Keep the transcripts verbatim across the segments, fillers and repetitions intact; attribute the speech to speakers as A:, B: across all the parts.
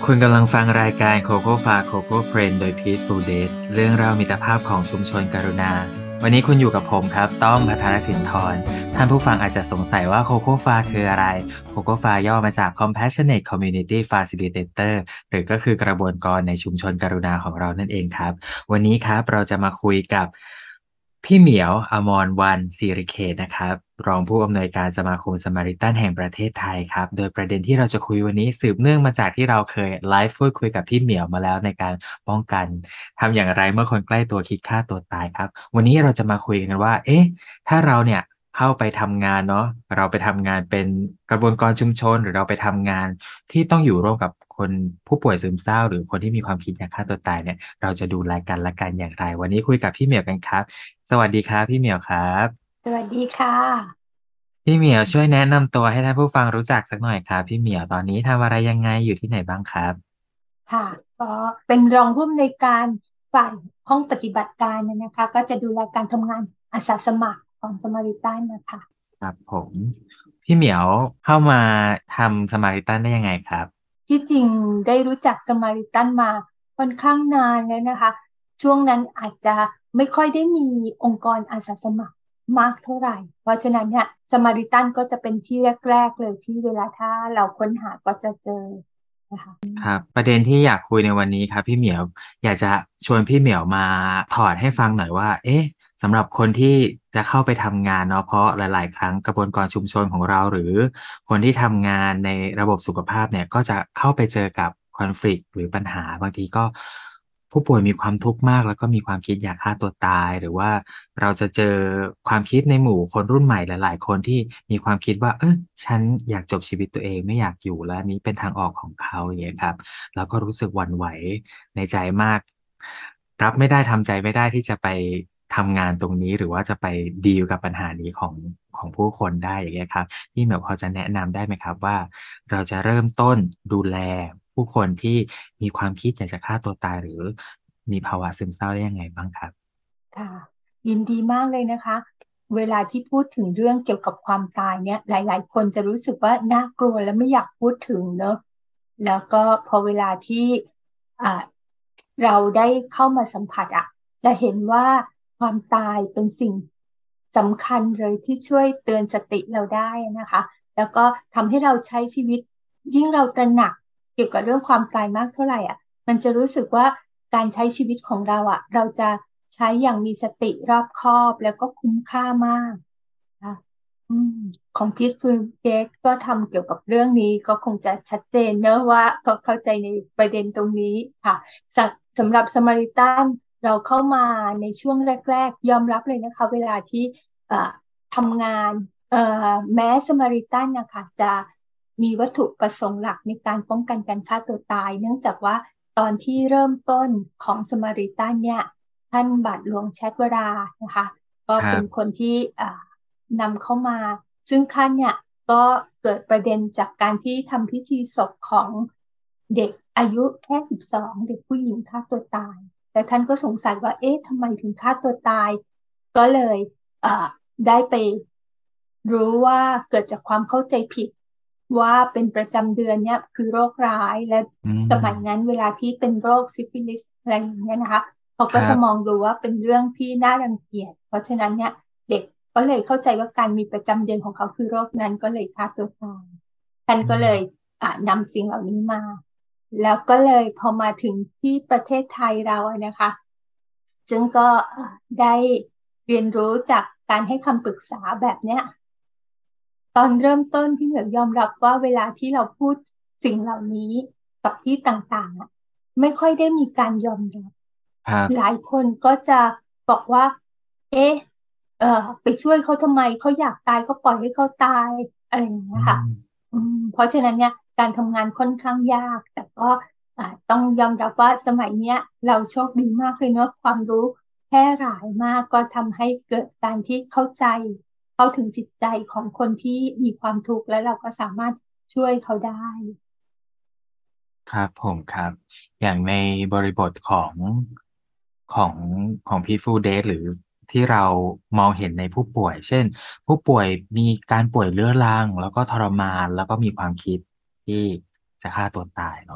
A: คุณกำลังฟังรายการ Coco Far Coco Friend โดย Peaceful Date เรื่องราวมิตรภาพของชุมชนกรุณา วันนี้คุณอยู่กับผมครับ ต้อม ภัทรสินธร ท่านผู้ฟังอาจจะสงสัยว่า Coco Far คืออะไร Coco Far ย่อมาจาก Compassionate Community Facilitator หรือก็คือกระบวนการในชุมชนกรุณาของเรานั่นเองครับ วันนี้ครับเราจะมาคุยกับพี่เหมียว อมรวรรณ ศิริเขตนะครับ รองผู้อำนวยการสมาคมสมาริตันแห่งประเทศไทยครับ โดยประเด็นที่เราจะคุยวันนี้สืบเนื่องมาจากที่เราเคยไลฟ์พูดคุยกับพี่เหมียวมาแล้วในการป้องกันทำอย่างไรเมื่อคนใกล้ตัวคิดฆ่าตัวตายครับ วันนี้เราจะมาคุยกันว่า เอ๊ะ ถ้าเราเนี่ยเข้าไปทำงานเนาะ เราไปทำงานเป็นกระบวนการชุมชน หรือเราไปทำงานที่ต้องอยู่ร่วมกับคนผู้ป่วยซึมเศร้า หรือคนที่มีความคิดอยากฆ่าตัวตายเนี่ย เราจะดูแลกันและกันอย่างไร วันนี้คุยกับพี่เหมียวกันครับ สวัสดีครับพี่เหมียวครับ
B: สวัสดีค่ะ
A: พี่เหมียวช่วยแนะนำตัวให้ท่านผู้ฟังรู้จักสักหน่อยครับพี่เหมียวตอนนี้ทำอะไรยังไงอยู่ที่ไหนบ้างครับ
B: ค่ะก็เป็นรองผู้อำนวยการฝ่ายห้องปฏิบัติการนะนะคะก็จะดูแลการทำงานอาสาสมัครของสมาริตันนะคะ
A: ครับผมพี่เหมียวเข้ามาทำสมาริตันได้ยังไงครับ
B: ที่จริงได้รู้จักสมาริตันมาค่อนข้างนานแล้วนะคะช่วงนั้นอาจจะไม่ค่อยได้มีองค์กรอาสาสมัครมากเท่าไหร่เพราะฉะนั้นเนี่ยสมาริตันก็จะเป็นที่แรกๆเลยที่เวลาถ้าเราค้นหาก็จะเจอนะคะ
A: ครับประเด็นที่อยากคุยในวันนี้ครับพี่เหมียวอยากจะชวนพี่เหมียวมาถอดให้ฟังหน่อยว่าเอ๊ะสำหรับคนที่จะเข้าไปทำงานเนาะเพราะหลายๆครั้งกระบวนการชุมชนของเราหรือคนที่ทำงานในระบบสุขภาพเนี่ยก็จะเข้าไปเจอกับคอนฟลิกต์หรือปัญหาบางทีก็ผู้ป่วยมีความทุกข์มากแล้วก็มีความคิดอยากฆ่าตัวตายหรือว่าเราจะเจอความคิดในหมู่คนรุ่นใหม่หลายๆคนที่มีความคิดว่าเออฉันอยากจบชีวิตตัวเองไม่อยากอยู่แล้วอันนี้เป็นทางออกของเขาอย่างเงี้ยครับแล้วก็รู้สึกหวั่นไหวในใจมากรับไม่ได้ทำใจไม่ได้ที่จะไปทำงานตรงนี้หรือว่าจะไปดีลกับปัญหานี้ของของผู้คนได้อย่างเงี้ยครับพี่เหมียวพอจะแนะนำได้ไหมครับว่าเราจะเริ่มต้นดูแลผู้คนที่มีความคิดอยากจะฆ่าตัวตายหรือมีภาวะซึมเศร้าได้ยังไงบ้างครับ
B: ค่ะยินดีมากเลยนะคะเวลาที่พูดถึงเรื่องเกี่ยวกับความตายเนี่ยหลายๆคนจะรู้สึกว่าน่ากลัวและไม่อยากพูดถึงเนอะแล้วก็พอเวลาที่อ่าเราได้เข้ามาสัมผัสอ่ะจะเห็นว่าความตายเป็นสิ่งสำคัญเลยที่ช่วยเตือนสติเราได้นะคะแล้วก็ทำให้เราใช้ชีวิตยิ่งเราตระหนักเกี่ยวกับเรื่องความตายมากเท่าไหร่อ่ะ มันจะรู้สึกว่าการใช้ชีวิตของเราอ่ะเราจะใช้อย่างมีสติรอบคอบแล้วก็คุ้มค่ามากนะอืมของ Peaceful Gate ก็ทำเกี่ยวกับเรื่องนี้ก็คงจะชัดเจนเนอะว่าก็เข้าใจในประเด็นตรงนี้ค่ะสำสำหรับสมาริตันเราเข้ามาในช่วงแรกๆยอมรับเลยนะคะเวลาที่เอ่อทำงานเอ่อแม้สมาริตันนะคะจะมีวัตถุประสงค์หลักในการป้องกันการฆ่าตัวตายเนื่องจากว่า ตอนที่เริ่มต้นของสมาริตันเนี่ยท่านบาทหลวงแชทวรานะคะก็เป็นค
A: ครับ
B: นที่อ่านำเข้ามาซึ่งท่านเนี่ยก็เกิดประเด็นจากการที่ทำพิธีศพของเด็กอายุแค่สิบสองเด็กผู้หญิงฆ่าตัวตายแต่ท่านก็สงสัยว่าเอ๊ะทำไมถึงฆ่าตัวตายก็เลยอ่าได้ไปรู้ว่าเกิดจากความเข้าใจผิด ว่าเป็นประจำเดือนเนี่ยคือโรคร้ายและ
A: อื
B: สมัยนั้น
A: ม
B: เวลาที่เป็นโรคซิฟิลิสอะไรอย่างเงี้ยนะคะเขา
A: ครับ
B: ก็จะมองดูว่าเป็นเรื่องที่น่ารังเกียจเพราะฉะนั้นเนี่ยเด็กก็เลยเข้าใจว่าการมีประจำเดือนของเขาคือโรคนั้นก็เลยฆ่าตัวตายท่านก็เลยอ่านำสิ่งเหล่านี้มาแล้วก็เลยพอมาถึงที่ประเทศไทยเราอะนะคะซึ่งก็ได้เรียนรู้จากการให้คำปรึกษาแบบเนี้ย ตอนเริ่มต้นพี่เหมือนยอมรับว่าเวลาที่เราพูดสิ่งเหล่านี้กับที่ต่างๆอ่ะไม่ค่อยได้มีการยอมรับ
A: ครับ
B: หลายคนก็จะบอกว่าเอ๊ะเออไปช่วยเขาทำไมเขาอยากตายก็ปล่อยให้เขาตายอะไรอย่างเงี้
A: อื
B: ยค่ะ
A: ม
B: อืมเพราะฉะนั้นเนี่ยการทำงานค่อนข้างยากแต่ก็อ่าต้องยอมรับว่าสมัยเนี้ยเราโชคดีมากเลยเนอะความรู้แพร่หลายมากก็ทำให้เกิดการที่เข้าใจ เข้าถึงจิตใจของคนที่มีความทุกข์แล้วเราก็สามารถช่วยเขาได้
A: ครับผมครับอย่างในบริบทของของของ Peaceful Days หรือที่เรามองเห็นในผู้ป่วยเช่นผู้ป่วยมีการป่วยเรื้อรังแล้วก็ทรมานแล้วก็มีความคิดที่จะฆ่าตัวตายเนาะ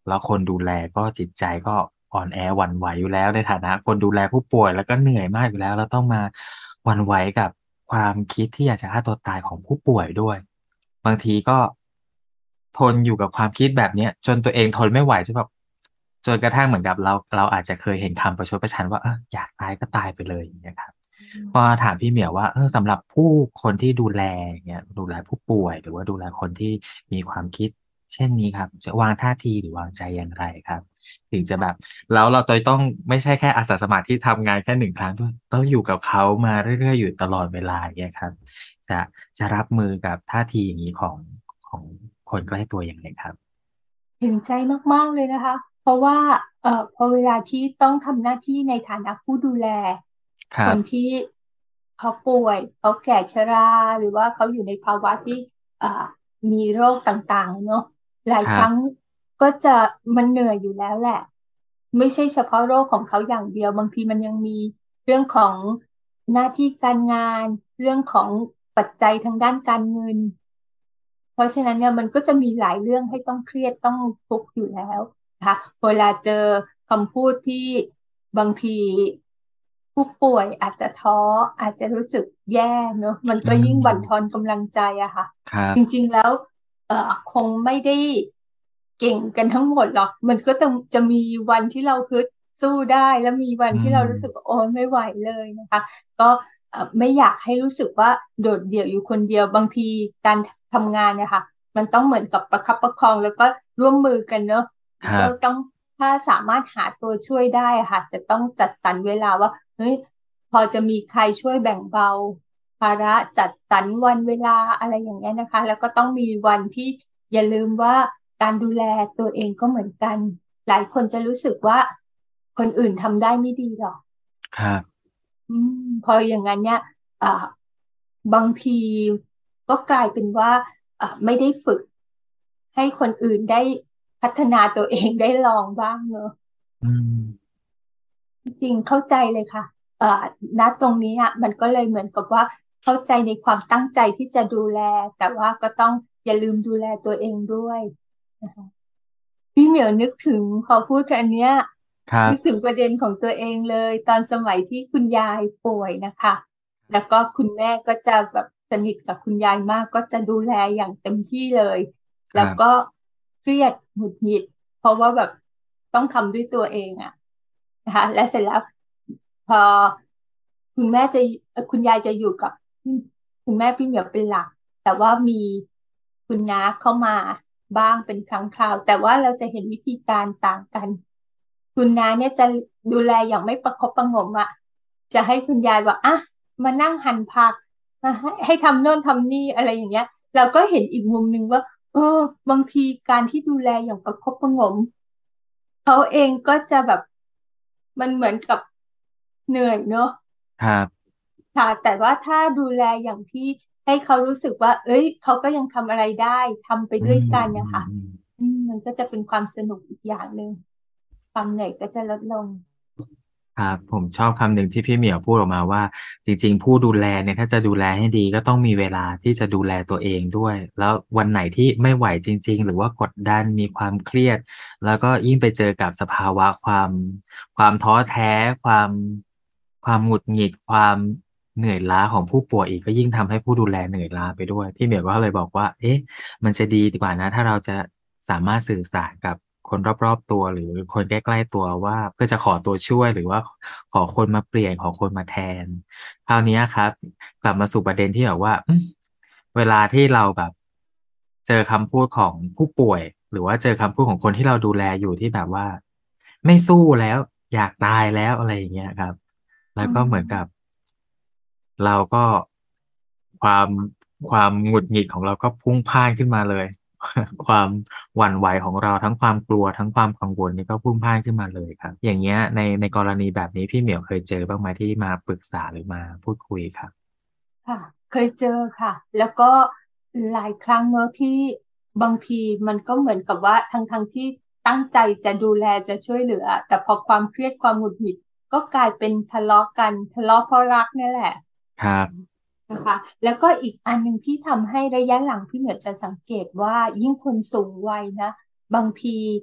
A: แล้วคนดูแลก็จิตใจก็อ่อนแอหวั่นไหวอยู่แล้วในฐานะคนดูแลผู้ป่วยแล้วก็เหนื่อยมากอยู่แล้วแล้วต้องมาหวั่นไหวกับความคิดที่อยากจะฆ่าตัวตายของผู้ป่วยด้วยบางทีก็ทนอยู่กับความคิดแบบเนี้ยจนตัวเองทนไม่ไหวจนแบบจนกระทั่งเหมือนกับเราเราอาจจะเคยเห็นคำประชดประชันว่าเอออยากตายก็ตายไปเลยอย่างเงี้ยครับพอถามพี่เหมียวว่าเออสำหรับผู้คนที่ดูแลอย่างเงี้ยดูแลผู้ป่วยหรือว่าดูแลคนที่มีความคิดเช่นนี้ครับจะวางท่าทีหรือวางใจอย่างไรครับถึงจะแบบแล้วเราต้องไม่ใช่แค่อาสาสมัครที่ทำงานแค่หนึ่งครั้งด้วยต้องอยู่กับเขามาเรื่อยๆอยู่ตลอดเวลาอย่างเงี้ยครับจะจะรับมือกับท่าทีอย่างนี้ของของคนใกล้ตัวอย่างไรครับ
B: เห็นใจมากๆเลยนะคะเพราะว่าเอ่อพอเวลาที่ต้องทำหน้าที่ในฐานะผู้ดูแล
A: ครับ
B: คนที่เขาป่วยเขาแก่ชราหรือว่าเขาอยู่ในภาวะที่เอ่อมีโรคต่างๆเนอะหลายครั้ง
A: ครับ
B: ก็จะมันเหนื่อยอยู่แล้วแหละไม่ใช่เฉพาะโรคของเขาอย่างเดียวบางทีมันยังมีเรื่องของหน้าที่การงานเรื่องของปัจจัยทางด้านการเงิน เพราะฉะนั้นเนี่ยมันก็จะมีหลายเรื่องให้ต้องเครียดต้องทุกข์อยู่แล้วนะคะเวลาเจอคำพูดที่บางทีผู้ป่วยอาจจะท้ออาจจะรู้สึกแย่เนอะมัน
A: อื
B: ก็ยิ่งบั่นทอน
A: ม
B: กำลังใจอะค่ะจ
A: ครับ
B: ริงๆแล้วเอ่อคงไม่ได้เก่งกันทั้งหมดหรอกมันก็ต้องจะมีวันที่เราฮึดสู้ได้แล้วมีวัน
A: อื
B: ที่เรา
A: ม
B: รู้สึกว่าโอ้ยไม่ไหวเลยนะคะก็ เอ่อไม่อยากให้รู้สึกว่าโดดเดี่ยวอยู่คนเดียวบางทีการทำงานเนี่ยค่ะมันต้องเหมือนกับประคับประคองแล้วก็ร่วมมือกันเนอะ
A: ครับ
B: ก็ต้องถ้าสามารถหาตัวช่วยได้อะค่ะจะต้องจัดสรรเวลาว่าเฮ้ยพอจะมีใครช่วยแบ่งเบาภาระจัดสรรวันเวลาอะไรอย่างเงี้ยนะคะแล้วก็ต้องมีวันที่อย่าลืมว่าการดูแลตัวเองก็เหมือนกันหลายคนจะรู้สึกว่าคนอื่นทำได้ไม่ดีหรอก
A: ครับ
B: อืมพออย่างนั้นเนี่ยอ่าบางทีก็กลายเป็นว่าอ่าไม่ได้ฝึกให้คนอื่นได้พัฒนาตัวเองได้ลองบ้างเนอะ
A: อืม
B: จริงๆเข้าใจเลยค่ะอ่าณตรงนี้อ่ะมันก็เลยเหมือนกับว่าเข้าใจในความตั้งใจที่จะดูแลแต่ว่าก็ต้องอย่าลืมดูแลตัวเองด้วยนะคะพี่เหมียวนึกถึงพอพูดอันเนี้ยนึกถึ
A: ครับ
B: งประเด็นของตัวเองเลยตอนสมัยที่คุณยายป่วยนะคะ แล้วก็คุณแม่ก็จะแบบสนิทกับคุณยายมากก็จะดูแลอย่างเต็มที่เลยแล้วก็
A: ครับ
B: เครียดหงุดหงิดเพราะว่าแบบต้องทำด้วยตัวเองอะนะคะและเสร็จแล้วพอคุณแม่จะเอ่อคุณยายจะอยู่กับคุณแม่พี่เหมียวเป็นหลักแต่ว่ามีคุณน้าเข้ามาบ้างเป็นครั้งคราวแต่ว่าเราจะเห็นวิธีการต่างกันคุณน้าเนี่ยจะดูแลอย่างไม่ประคบประหงมอะจะให้คุณยายบอกอ่ะ มานั่งหั่นผักมาให้ให้ทำโน่นทำนี่อะไรอย่างเงี้ยเราก็เห็นอีกมุมหนึ่งว่าเออบางทีการที่ดูแลอย่างประคบประหงมเขาเองก็จะแบบมันเหมือนกับเหนื่อยเนอะ
A: ครับ
B: ค่ะแต่ว่าถ้าดูแลอย่างที่ให้เขารู้สึกว่าเอ้ยเขาก็ยังทำอะไรได้ทำไป
A: อื
B: ด้วย
A: ม
B: กันนะคะ
A: อืมอืม
B: อืมมันก็จะเป็นความสนุกอีกอย่างหนึ่งความเหนื่อยก็จะลดลง
A: ครับผมชอบคำหนึ่งที่พี่เหมียวพูดออกมาว่าจริงๆผู้ดูแลเนี่ยถ้าจะดูแลให้ดีก็ต้องมีเวลาที่จะดูแลตัวเองด้วยแล้ววันไหนที่ไม่ไหวจริงๆหรือว่ากดดันมีความเครียดแล้วก็ยิ่งไปเจอกับสภาวะความความท้อแท้ความความหงุดหงิดความเหนื่อยล้าของผู้ป่วยอีกก็ยิ่งทำให้ผู้ดูแลเหนื่อยล้าไปด้วยพี่เหมียวก็เลยบอกว่าเอ๊ะมันจะดีกว่านะถ้าเราจะสามารถสื่อสารกับคนรอบๆตัวหรือคนใกล้ๆตัวว่าเพื่อจะขอตัวช่วยหรือว่าขอคนมาเปลี่ยนขอคนมาแทนคราวนี้ครับกลับมาสู่ประเด็นที่แบบว่าอืมเวลาที่เราแบบเจอคำพูดของผู้ป่วยหรือว่าเจอคำพูดของคนที่เราดูแลอยู่ที่แบบว่าไม่สู้แล้วอยากตายแล้วอะไรอย่างเงี้ยครับแล้ว
B: อื
A: ก็เหมือนกับ
B: ม
A: เราก็ความความหงุดหงิดของเราก็พุ่งพ่านขึ้นมาเลย ความหวั่นไหวของเราทั้งความกลัวทั้งความกังวลนี่ก็พุ่งพล่านขึ้นมาเลยครับอย่างเงี้ยในในกรณีแบบนี้พี่เหมียวเคยเจอบ้างไหมที่มาปรึกษาหรือมาพูดคุยครับ
B: ค่ะเคยเจอค่ะแล้วก็หลายครั้งเนอะที่บางทีมันก็เหมือนกับว่าทั้งทั้งที่ตั้งใจจะดูแลจะช่วยเหลือแต่พอความเครียดความหงุดหงิดก็กลายเป็นทะเลาะกันทะเลาะเพราะรักนี่แหละ
A: ครับ
B: นะคะแล้วก็อีกอันหนึ่งที่ทำให้ระยะหลังพี่เหมียวจะสังเกตว่ายิ่งคนสูงวัยนะบางที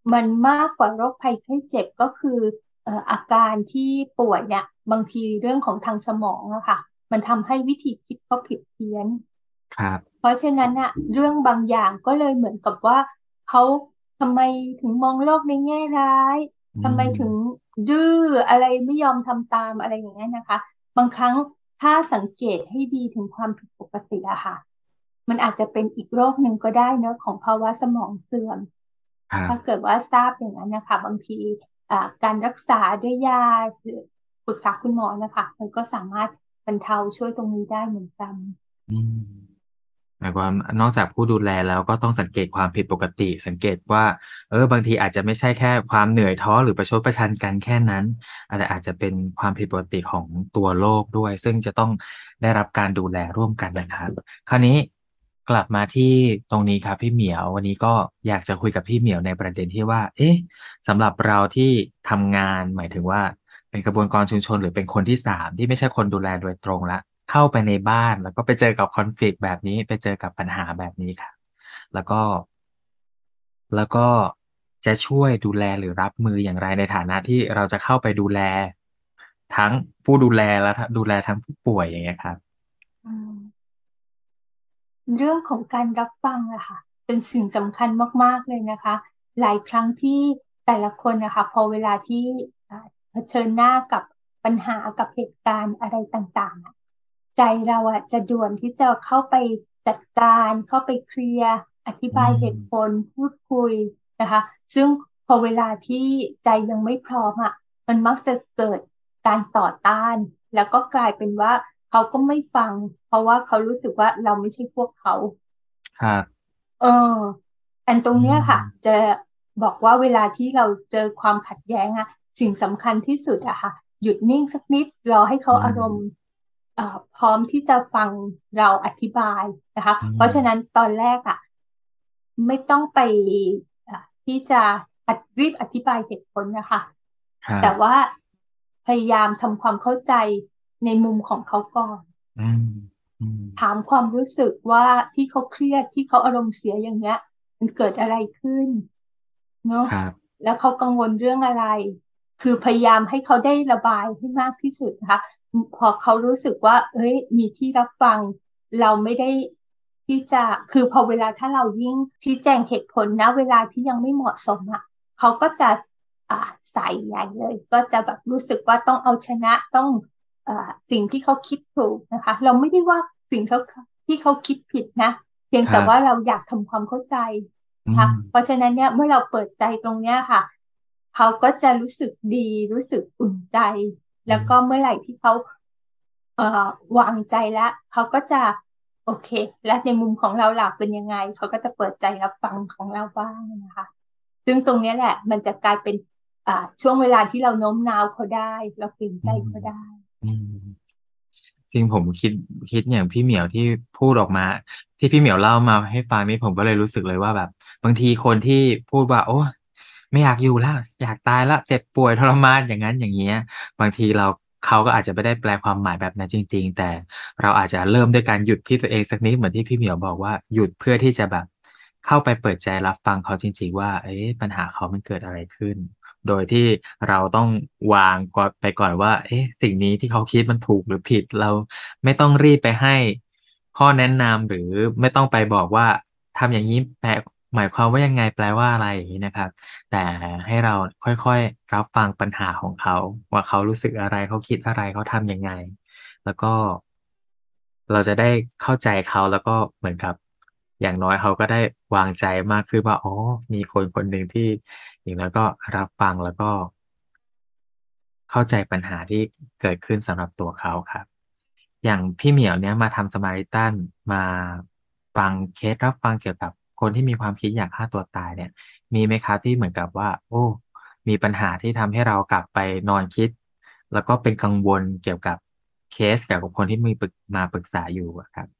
B: มันมากกว่าโรคภัยไข้เจ็บก็คือเอ่ออาการที่ป่วยเนี่ยบางทีเรื่องของทางสมองอะค่ะมันทำให้วิธีคิดเขาผิดเพี้ยน
A: ครับ
B: เพราะฉะนั้นอะเรื่องบางอย่างก็เลยเหมือนกับว่าเขาทำไมถึงมองโลกในแง่ร้าย
A: อื
B: ทำไมถึง
A: ม
B: ดื้ออะไรไม่ยอมทำตามอะไรอย่างเงี้ยนะคะบางครั้งถ้าสังเกตให้ดีถึงความผิดปกติอะค่ะมันอาจจะเป็นอีกโรคหนึ่งก็ได้เนอะของภาวะสมองเสื่อมถ้า
A: ครับ
B: เกิดว่าทราบอย่างนั้นนะคะบางทีอ่าการรักษาด้วยยาหรือปรึกษาคุณหมอนะคะมันก็สามารถบรรเทาช่วยตรงนี้ได้เหมือนกัน
A: อืม หมายความนอกจากผู้ดูแลแล้วก็ต้องสังเกตความผิดปกติสังเกตว่าเออบางทีอาจจะไม่ใช่แค่ความเหนื่อยท้อหรือประชดประชันกันแค่นั้นแต่อาจจะเป็นความผิดปกติของตัวโรคด้วยซึ่งจะต้องได้รับการดูแลร่วมกันนะครับคราวนี้กลับมาที่ตรงนี้ครับพี่เหมียววันนี้ก็อยากจะคุยกับพี่เหมียวในประเด็นที่ว่าเอ๊ะสำหรับเราที่ทำงานหมายถึงว่าเป็นกระบวนการชุมชนหรือเป็นคนที่สามที่ไม่ใช่คนดูแลโดยตรงแล้ว เข้าไปในบ้านแล้วก็ไปเจอกับคอนฟ lict แบบนี้ไปเจอกับปัญหาแบบนี้ครับแล้วก็แล้วก็จะช่วยดูแลหรือรับมืออย่างไรในฐานะที่เราจะเข้าไปดูแลทั้งผู้ดูแลและดูแลทั้งผู้ป่วยอย่างเงี้ยครับ
B: อืม เรื่องของการรับฟังอะค่ะเป็นสิ่งสำคัญมากๆเลยนะคะหลายครั้งที่แต่ละคนนะคะพอเวลาที่อ่าเผชิญหน้ากับปัญหากับเหตุการณ์อะไรต่างๆอะใจเราอะจะด่วนที่จะเข้าไปจัดการเข้าไปเคลียร์อธิ
A: อื
B: บายเหตุผ
A: ม
B: ลพูดคุยนะคะซึ่งพอเวลาที่ใจยังไม่พร้อมอะมันมักจะเกิดการต่อต้านแล้วก็กลายเป็นว่าเขาก็ไม่ฟังเพราะว่าเขารู้สึกว่าเราไม่ใช่พวกเขา
A: ครับ
B: เอออันตรง
A: อื
B: เนี้ยค่ะ
A: ม
B: จะบอกว่าเวลาที่เราเจอความขัดแย้งอะสิ่งสำคัญที่สุดอะค่ะหยุดนิ่งสักนิดรอให้เขา
A: อื
B: อารมณ์
A: ม
B: เอ่อพร้อมที่จะฟังเราอธิบายนะคะ
A: อืม
B: เพราะฉะนั้นตอนแรกอะไม่ต้องไปอ่ะที่จะอัดรีบอธิบายเหตุผลนะคะ
A: ครับ
B: แต่ว่าพยายามทำความเข้าใจในมุมของเขาก่อน
A: อืมอืม
B: ถามความรู้สึกว่าที่เขาเครียดที่เขาอารมณ์เสียอย่างเงี้ยมันเกิดอะไรขึ้นเนาะ
A: ครับ
B: แล้วเขากังวลเรื่องอะไรคือพยายามให้เขาได้ระบายให้มากที่สุดนะคะพอเขารู้สึกว่าเอ้ยมีที่รับฟังเราไม่ได้ที่จะคือพอเวลาถ้าเรายิ่งชี้แจงเหตุผลนะเวลาที่ยังไม่เหมาะสมอ่ะเขาก็จะอ่าใส่ใหญ่เลยก็จะแบบรู้สึกว่าต้องเอาชนะต้อง เอ่อสิ่งที่เขาคิดถูกนะคะเราไม่ได้ว่าสิ่งเขาที่เขาคิดผิดนะเพียงแต่ว่า
A: ครับ
B: เราอยากทำความเข้าใจ
A: อื
B: นะคะ
A: ม
B: เพราะฉะนั้นเนี่ยเมื่อเราเปิดใจตรงเนี้ยค่ะเขาก็จะรู้สึกดีรู้สึกอุ่นใจ
A: อื
B: แล้วก็
A: ม
B: เมื่อไหร่ที่เขาเอ่อวางใจแล้วเขาก็จะโอเคและในมุมของเราหลักเป็นยังไงเขาก็จะเปิดใจรับฟังของเราบ้างนะคะซึ่งตรงเนี้ยแหละมันจะกลายเป็นอ่าช่วงเวลาที่เราโน้มน้าวเขาได้เราเปลี่ยนใจ
A: อืม
B: เขาได้
A: อืม จริงผมคิดคิดอย่างพี่เหมียวที่พูดออกมาที่พี่เหมียวเล่ามาให้ฟังนี่ผมก็เลยรู้สึกเลยว่าแบบบางทีคนที่พูดว่าโอ้ไม่อยากอยู่แล้วอยากตายแล้วเจ็บป่วยทรมานอย่างนั้นอย่างเงี้ยบางทีเราเขาก็อาจจะไม่ได้แปลความหมายแบบนั้นจริงๆแต่เราอาจจะเริ่มด้วยการหยุดที่ตัวเองสักนิดเหมือนที่พี่เหมียวบอกว่าหยุดเพื่อที่จะแบบเข้าไปเปิดใจรับฟังเขาจริงๆว่าเอ๊ะปัญหาเขามันเกิดอะไรขึ้น โดยที่เราต้องวางก่อนไปก่อนว่าเอ๊ะสิ่งนี้ที่เขาคิดมันถูกหรือผิดเราไม่ต้องรีบไปให้ข้อแนะนำหรือไม่ต้องไปบอกว่าทำอย่างนี้แปลหมายความว่ายังไงแปลว่าอะไรอย่างนี้นะครับแต่ให้เราค่อยๆรับฟังปัญหาของเขาว่าเขารู้สึกอะไรเขาคิดอะไรเขาทำยังไงแล้วก็เราจะได้เข้าใจเขาแล้วก็เหมือนกับอย่างน้อยเขาก็ได้วางใจมากขึ้นว่าอ๋อมีคนคนหนึ่งที่ อย่างน้อยก็รับฟังแล้วก็เข้าใจปัญหาที่เกิดขึ้นสำหรับตัวเขาครับอย่างพี่เหมียวเนี่ยมาทำ Samaritan มาฟังเคสรับฟังเกี่ยวกับคนที่มีความคิดอยากฆ่าตัวตายเนี่ยมีไหมครับที่เหมือนกับว่าโอ้มีปัญหาที่ทำให้เรากลับไปนอนคิดแล้วก็เป็นกังวลเกี่ยวกับเคสเกี่ยวกับคนที่มีปรึกมาปรึกษาอยู่อะครับ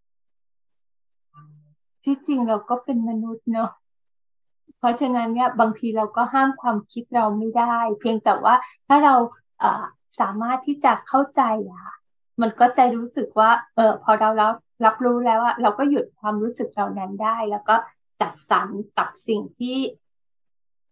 B: ที่จริงเราก็เป็นมนุษย์เนอะเพราะฉะนั้นเนี่ยบางทีเราก็ห้ามความคิดเราไม่ได้เพียงแต่ว่าถ้าเราเอ่อสามารถที่จะเข้าใจอะค่ะมันก็จะรู้สึกว่าเออพอเรารับรับรู้แล้วอะเราก็หยุดความรู้สึกเหล่านั้นได้แล้วก็จัดสรรกับสิ่งที่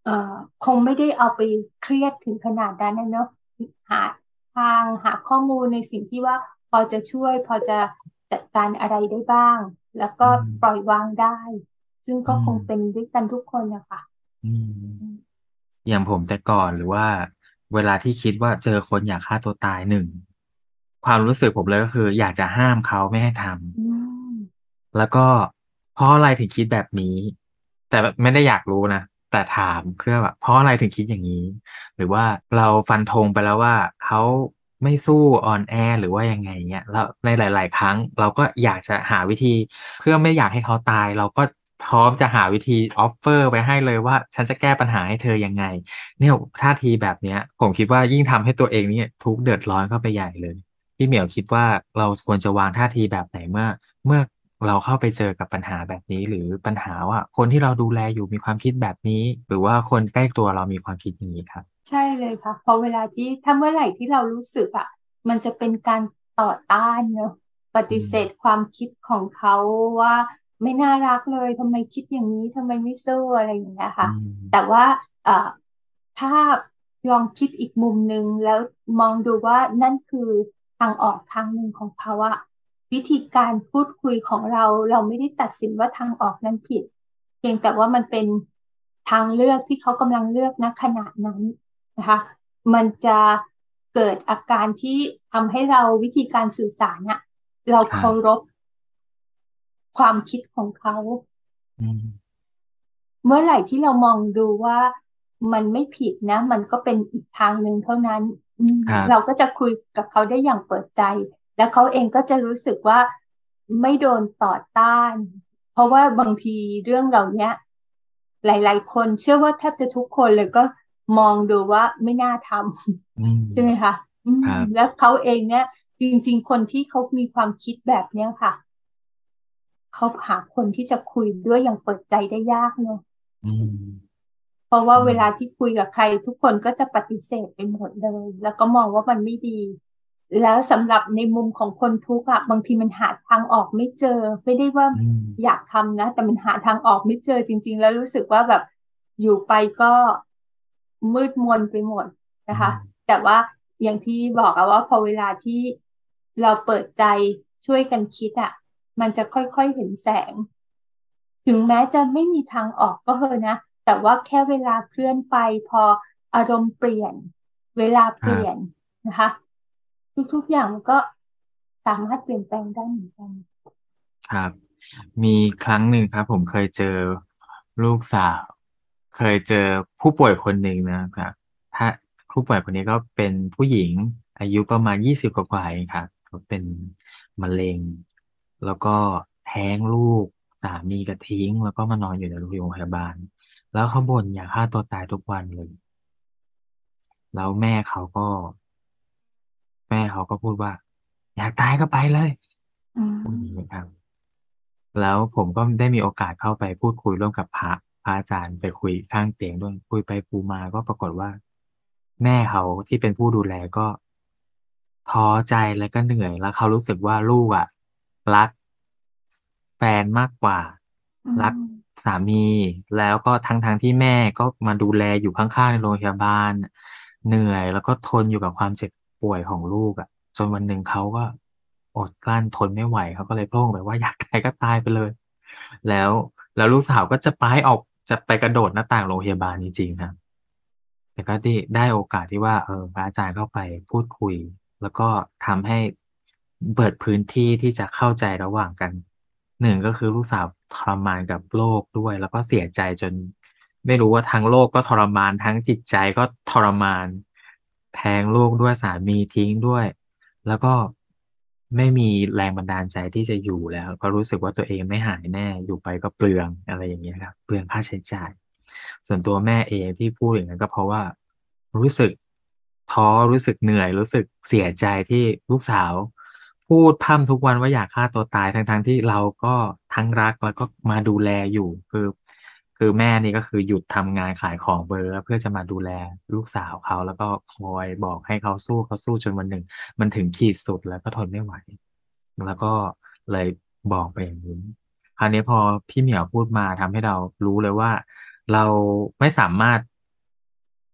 B: เอ่อคงไม่ได้เอาไปเครียดถึงขนาดนั้นนะเนอะหาทางหาข้อมูลในสิ่งที่ว่าพอจะช่วยพอจะจัดการอะไรได้บ้างแล้วก็
A: อื
B: ปล่อย
A: ม
B: วางได้ซึ่ง
A: อื
B: ก็ค
A: ม
B: งเป็นด้วยกันทุกคนนะคะ
A: อื
B: อื
A: ม
B: ม
A: อย่างผมแต่ก่อนหรือว่าเวลาที่คิดว่าเจอคนอยากฆ่าตัวตายหนึ่งความรู้สึกผมเลยก็คืออยากจะห้ามเขาไม่ให้ทำ
B: อืม
A: แล้วก็เพราะอะไรถึงคิดแบบนี้แต่แบบไม่ได้อยากรู้นะแต่ถามเพื่อแบบเพราะอะไรถึงคิดอย่างนี้หรือว่าเราฟันธงไปแล้วว่าเขาไม่สู้อ่อนแอหรือว่ายังไงเงี้ยแล้วในหลายๆครั้งเราก็อยากจะหาวิธีเพื่อไม่อยากให้เขาตายเราก็พร้อมจะหาวิธีออฟเฟอร์ไปให้เลยว่าฉันจะแก้ปัญหาให้เธอยังไงเนี่ยท่าทีแบบเนี้ยผมคิดว่ายิ่งทำให้ตัวเองเนี่ยทุกข์เดือดร้อนเข้าไปใหญ่เลย พี่เหมียวคิดว่าเราควรจะวางท่าทีแบบไหนเมื่อเมื่อเราเข้าไปเจอกับปัญหาแบบนี้หรือปัญหาว่าคนที่เราดูแลอยู่มีความคิดแบบนี้หรือว่าคนใกล้ตัวเรามีความคิดอย่างนี้ครับ
B: ใช่เลยค่ะพอเวลาที่ถ้าเมื่อไหร่ที่เรารู้สึกอ่ะมันจะเป็นการต่อต้านเนอะป
A: อื
B: ฏิเสธ
A: ม
B: ความคิดของเขาว่าไม่น่ารักเลยทำไมคิดอย่างนี้ทำไมไม่สู้อะไรอย่างเงี้ย
A: อื
B: ค่ะแต่
A: ม
B: ว่าเอ่อถ้าลองคิดอีกมุมหนึ่งแล้วมองดูว่านั่นคือทางออกทางหนึ่งของเขาอะวิธีการพูดคุยของเราเราไม่ได้ตัดสินว่าทางออกนั้นผิดเพียงแต่ว่ามันเป็นทางเลือกที่เขากำลังเลือกณขณะนั้น นะคะมันจะเกิดอาการที่ทำให้เราวิธีการสื่อสารเนี่ยเรา
A: ครับ
B: เคารพความคิดของเขา
A: อืม
B: เมื่อไหร่ที่เรามองดูว่ามันไม่ผิดนะมันก็เป็นอีกทางหนึ่งเท่านั้นอืมเรา
A: ครับ
B: ก็จะคุยกับเขาได้อย่างเปิดใจแล้วเขาเองก็จะรู้สึกว่าไม่โดนต่อต้านเพราะว่าบางทีเรื่องเหล่านี้หลายๆคนเชื่อว่าแทบจะทุกคนเลยก็มองดูว่าไม่น่าท
A: อืม
B: ำ ใช่ไหมคะอืม
A: ครับ
B: แล้วเขาเองเนี่ยจริงๆ คนที่เขามีความคิดแบบเนี้ยค่ะเขาหาคนที่จะคุยด้วยอย่างเปิดใจได้ยากเนอะ
A: อืม
B: เพราะว่า
A: อืม
B: เวลาที่คุยกับใครทุกคนก็จะปฏิเสธไปหมดเลยแล้วก็มองว่ามันไม่ดีแล้วสำหรับในมุมของคนทุกข์อะบางทีมันหาทางออกไม่เจอไม่ได้ว่า
A: อืม
B: อยากทำนะแต่มันหาทางออกไม่เจอจริงๆแล้วรู้สึกว่าแบบอยู่ไปก็มืดมนไปหมด
A: อื
B: นะคะ
A: ม
B: แต่ว่าอย่างที่บอกอะว่าพอเวลาที่เราเปิดใจช่วยกันคิดอะมันจะค่อยๆเห็นแสง ถึงแม้จะไม่มีทางออกก็เถอะนะ แต่ว่าแค่เวลาเคลื่อนไปพออารมณ์เปลี่ยน เวลาเปลี่ยน
A: ครับ
B: นะคะทุกๆอย่างมันก็สามารถเปลี่ยนแปลงได้เหมือนกัน
A: ครับมีครั้งหนึ่งครับผมเคยเจอลูกสาวเคยเจอผู้ป่วยคนหนึ่งนะครับถ้าผู้ป่วยคนนี้ก็เป็นผู้หญิงอายุประมาณยี่สิบกว่าๆเองครับเขาเป็นมะเร็งแล้วก็แท้งลูกสามีก็ทิ้งแล้วก็มานอนอยู่ในโรงพยาบาลแล้วเขาบ่นอยากฆ่าตัวตายทุกวันเลยแล้วแม่เขาก็แม่เขาก็พูดว่าอยากตายก็ไปเลย
B: อื
A: พูดอย่างนี้
B: ม
A: ครับ แล้วผมก็ได้มีโอกาสเข้าไปพูดคุยร่วมกับพระพระอาจารย์ไปคุยข้างเตียงด้วยคุยไปคุยมาก็ปรากฏว่าแม่เขาที่เป็นผู้ดูแลก็ท้อใจแล้วก็เหนื่อยแล้วเขารู้สึกว่าลูกอ่ะรักแฟนมากกว่า
B: อื
A: รัก
B: ม
A: สามีแล้วก็ทั้งทั้งที่แม่ก็มาดูแลอยู่ข้างๆในโรงพยาบาลเหนื่อยแล้วก็ทนอยู่กับความเจ็บป่วยของลูกอ่ะจนวันหนึ่งเขาก็อดกลั้นทนไม่ไหวเขาก็เลยโพร่งไปว่าอยากตายก็ตายไปเลย แล้วแล้วลูกสาวก็จะไปออกจะไปกระโดดหน้าต่างโรงพยาบาลจริงๆครับแต่ก็ได้ได้โอกาสที่ว่าเออพระอาจารย์เข้าไปพูดคุยแล้วก็ทำให้เปิดพื้นที่ที่จะเข้าใจระหว่างกันหนึ่งก็คือลูกสาวทรมานกับโลกด้วยแล้วก็เสียใจจนไม่รู้ว่าทั้งโลกก็ทรมานทั้งจิตใจก็ทรมานแท้งลูกด้วยสามีทิ้งด้วย แล้วก็ไม่มีแรงบันดาลใจที่จะอยู่แล้วเพราะรู้สึกว่าตัวเองไม่หายแน่อยู่ไปก็เปลืองอะไรอย่างเงี้ยครับเปลืองค่าใช้จ่ายส่วนตัวแม่เองที่พูดอย่างนั้นก็เพราะว่ารู้สึกท้อรู้สึกเหนื่อยรู้สึกเสียใจที่ลูกสาวพูดพร่ำทุกวันว่าอยากฆ่าตัวตายทั้งๆที่เราก็ทั้งรักแล้วก็มาดูแลอยู่คือคือแม่นี่ก็คือหยุดทำงานขายของเบอร์เพื่อจะมาดูแลลูกสาวเขาแล้วก็คอยบอกให้เขาสู้เขาสู้จนวันหนึ่ง มันถึงขีดสุดแล้วก็ทนไม่ไหวแล้วก็เลยบอกไปอย่างนี้คราวนี้พอพี่เหมียวพูดมาทำให้เรารู้เลยว่าเราไม่สามารถ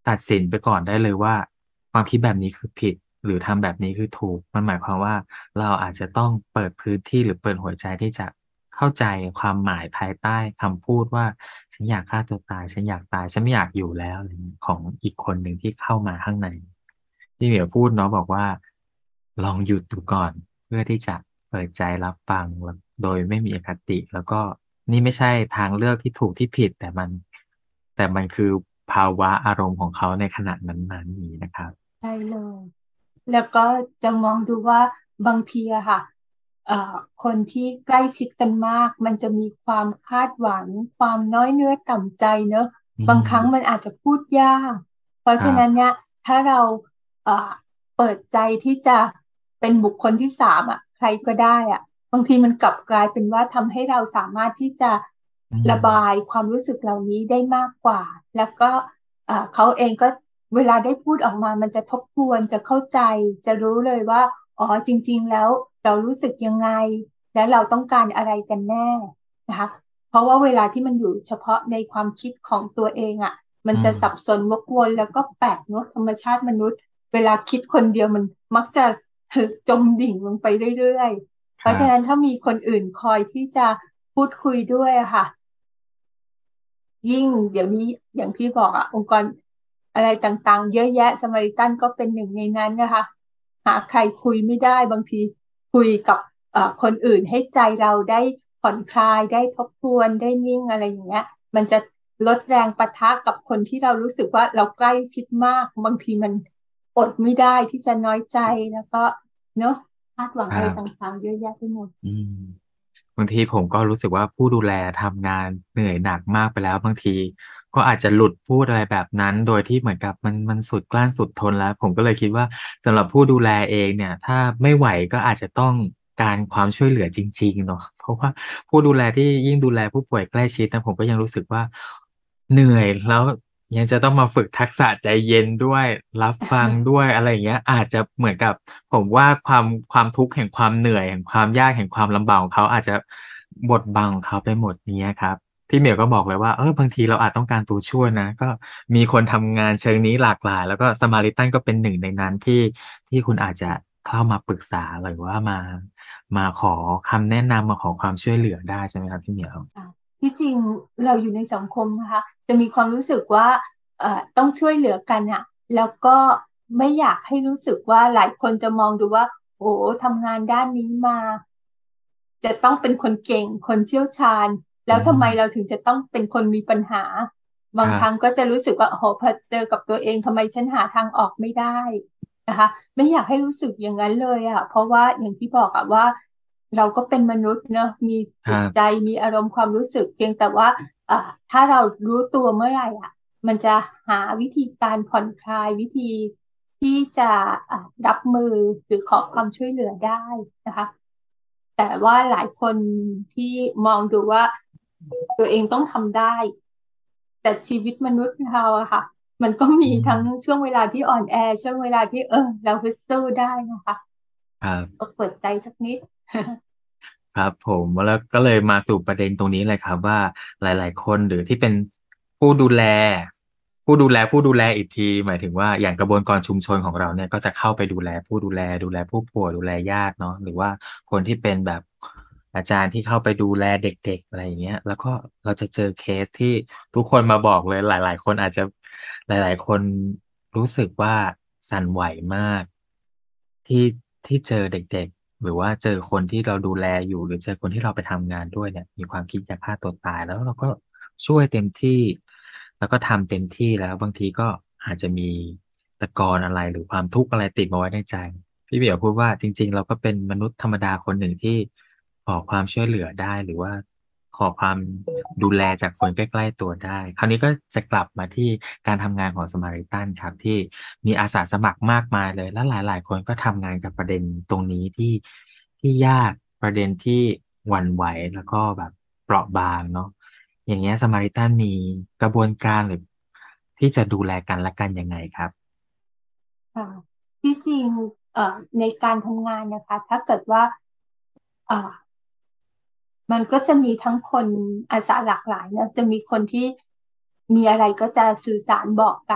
A: ตัดสินไปก่อนได้เลยว่าความคิดแบบนี้คือผิดหรือทำแบบนี้คือถูกมันหมายความว่าเราอาจจะต้องเปิดพื้นที่หรือเปิดหัวใจที่จะเข้าใจความหมายภายใต้คำพูดว่าฉันอยากฆ่าตัวตายฉันอยากตายฉันไม่อยากอยู่แล้วอะไรงี้ของอีกคนหนึ่งที่เข้ามาข้างในที่เหมียวพูดเนาะบอกว่าลองหยุดดูก่อนเพื่อที่จะเปิดใจรับฟังโดยไม่มีอคติแล้วก็นี่ไม่ใช่ทางเลือกที่ถูกที่ผิดแต่มันแต่มันคือภาวะอารมณ์ของเขาในขณะนั้นๆนี้นะครับ
B: ใช่เลยแล้วก็จะมองดูว่าบางทีอะค่ะเอ่อคนที่ใกล้ชิดกันมากมันจะมีความคาดหวังความน้อยเนื้อต่ำใจเนอะ
A: อื
B: บางครั้งมัน
A: ม
B: อาจจะพูดยากเพราะ
A: ครับ
B: ฉะนั้นเนี่ยถ้าเราเอ่อเปิดใจที่จะเป็นบุคคลที่สามอะใครก็ได้อะบางทีมันกลับกลายเป็นว่าทำให้เราสามารถที่จะ
A: อื
B: ระบาย
A: ม
B: ความรู้สึกเหล่านี้ได้มากกว่าแล้วก็ อ่าเขาเองก็เวลาได้พูดออกมามันจะทบทวนจะเข้าใจจะรู้เลยว่าอ๋อจริงๆแล้วเรารู้สึกยังไงและเราต้องการอะไรกันแน่นะคะเพราะว่าเวลาที่มันอยู่เฉพาะในความคิดของตัวเองอ่ะมัน
A: อืม
B: จะสับสนวกวนแล้วก็แปลกเนอะธรรมชาติมนุษย์เวลาคิดคนเดียวมันมักจะจมดิ่งลงไปเรื่อยๆเพราะฉะนั้น
A: ครับ
B: ถ้ามีคนอื่นคอยที่จะพูดคุยด้วยอะค่ะ ยิ่งเดี๋ยวนี้อย่างที่บอกอะองค์กรอะไรต่างๆเยอะแยะสมาริตันก็เป็นหนึ่งในนั้นนะคะหาใครคุยไม่ได้บางทีคุยกับเอ่อคนอื่นให้ใจเราได้ผ่อนคลายได้ทบทวนได้นิ่งอะไรอย่างเงี้ยมันจะลดแรงปะทะกับคนที่เรารู้สึกว่าเราใกล้ชิดมากบางทีมันอดไม่ได้ที่จะน้อยใจแล้วก็เนอะคาดหวังอะไรต
A: ครับ
B: ่างๆเยอะแยะไปหมด
A: อืม บางทีผมก็รู้สึกว่าผู้ดูแลทำงานเหนื่อยหนักมากไปแล้วบางทีก็อาจจะหลุดพูดอะไรแบบนั้นโดยที่เหมือนกับมันมันสุดกลั้นสุดทนแล้วผมก็เลยคิดว่าสำหรับผู้ดูแลเองเนี่ยถ้าไม่ไหวก็อาจจะต้องการความช่วยเหลือจริงๆเนาะเพราะว่าผู้ดูแลที่ยิ่งดูแลผู้ป่วยใกล้ชิดนะผมก็ยังรู้สึกว่าเหนื่อยแล้วยังจะต้องมาฝึกทักษะใจเย็นด้วยรับฟังด้วยอะไรอย่างเงี้ยอาจจะเหมือนกับ ผมว่าความความทุกข์แห่งความเหนื่อยแห่งความยากแห่งความลำบากของเขาอาจจะบดบังของเขาไปหมดเงี้ยครับพี่เหมียวก็บอกเลยว่าเออบางทีเราอาจต้องการตัวช่วยนะก็มีคนทำงานเชิงนี้หลากหลายแล้วก็ Samaritan ก็เป็นหนึ่งในนั้นที่ที่คุณอาจจะเข้ามาปรึกษาหรือว่ามามาขอคำแนะนำมาขอความช่วยเหลือได้ใช่ไหมครับพี่เหมียว
B: ค่ะที่จริงเราอยู่ในสังคมนะคะจะมีความรู้สึกว่าเอ่อต้องช่วยเหลือกันอะแล้วก็ไม่อยากให้รู้สึกว่าหลายคนจะมองดูว่าโอ้ทำงานด้านนี้มาจะต้องเป็นคนเก่งคนเชี่ยวชาญแล้
A: อื
B: วทำไมเรา
A: ม
B: ถึงจะต้องเป็นคนมีปัญหาบางครั้ง
A: ครับ
B: ก็จะรู้สึกว่าโอ้โหพอเจอกับตัวเองทำไมฉันหาทางออกไม่ได้นะคะไม่อยากให้รู้สึกอย่างนั้นเลยอ่ะเพราะว่าอย่างที่บอกอะว่าเราก็เป็นมนุษย์เนอะมีจิตใจ
A: ครับ
B: มีอารมณ์ความรู้สึกเพียงแต่ว่าอ่าถ้าเรารู้ตัวเมื่อไหร่อ่ะมันจะหาวิธีการผ่อนคลายวิธีที่จะอ่ารับมือหรือขอความช่วยเหลือได้นะคะ แต่ว่าหลายคนที่มองดูว่าตัวเองต้องทำได้แต่ชีวิตมนุษย์เราอะค่ะมันก็
A: อื
B: มีทั้ง
A: ม
B: ช่วงเวลาที่อ่อนแอช่วงเวลาที่เออเราฮึดสู้ได้นะคะก็
A: ครับ
B: เปิดใจสักนิด
A: ครับผมแล้วก็เลยมาสู่ประเด็นตรงนี้เลยครับว่าหลายๆคนหรือที่เป็นผู้ดูแล ผู้ดูแลผู้ดูแลอีกทีหมายถึงว่าอย่างกระบวนการชุมชนของเราเนี่ยก็จะเข้าไปดูแลผู้ดูแลดูแลผู้ป่วยดูแลญาติเนาะหรือว่าคนที่เป็นแบบอาจารย์ที่เข้าไปดูแลเด็กๆอะไรอย่างเงี้ยแล้วก็เราจะเจอเคสที่ทุกคนมาบอกเลยหลายๆคนอาจจะหลายๆคนรู้สึกว่าสั่นไหวมากที่ที่เจอเด็กๆหรือว่าเจอคนที่เราดูแลอยู่หรือเจอคนที่เราไปทำงานด้วยเนี่ยมีความคิดจะฆ่าตัวตายแล้วเราก็ช่วยเต็มที่ แล้วก็ทำเต็มที่แล้วบางทีก็อาจจะมีตะกอนอะไรหรือความทุกข์อะไรติดมาไว้ในใจพี่เบี่ยวพูดว่าจริงๆเราก็เป็นมนุษย์ธรรมดาคนหนึ่งที่ขอความช่วยเหลือได้หรือว่าขอความดูแลจากคนใกล้ๆตัวได้คราวนี้ก็จะกลับมาที่การทำงานของสมาริตันครับที่มีอาสาสมัครมากมายเลยและหลายๆคนก็ทำงานกับประเด็นตรงนี้ที่ที่ยากประเด็นที่หวั่นไหวแล้วก็แบบเปราะบางเนาะ อย่างเงี้ยสมาริตันมีกระบวนการหรือที่จะดูแลกันและกันยังไงครับ
B: ค่ะที่จริงเอ่อในการทำงานนะคะถ้าเกิดว่าเอ่อมันก็จะมีทั้งคนอาสาหลากหลายนะจะมีคนที่มีอะไรก็จะสื่อสารบอกกัน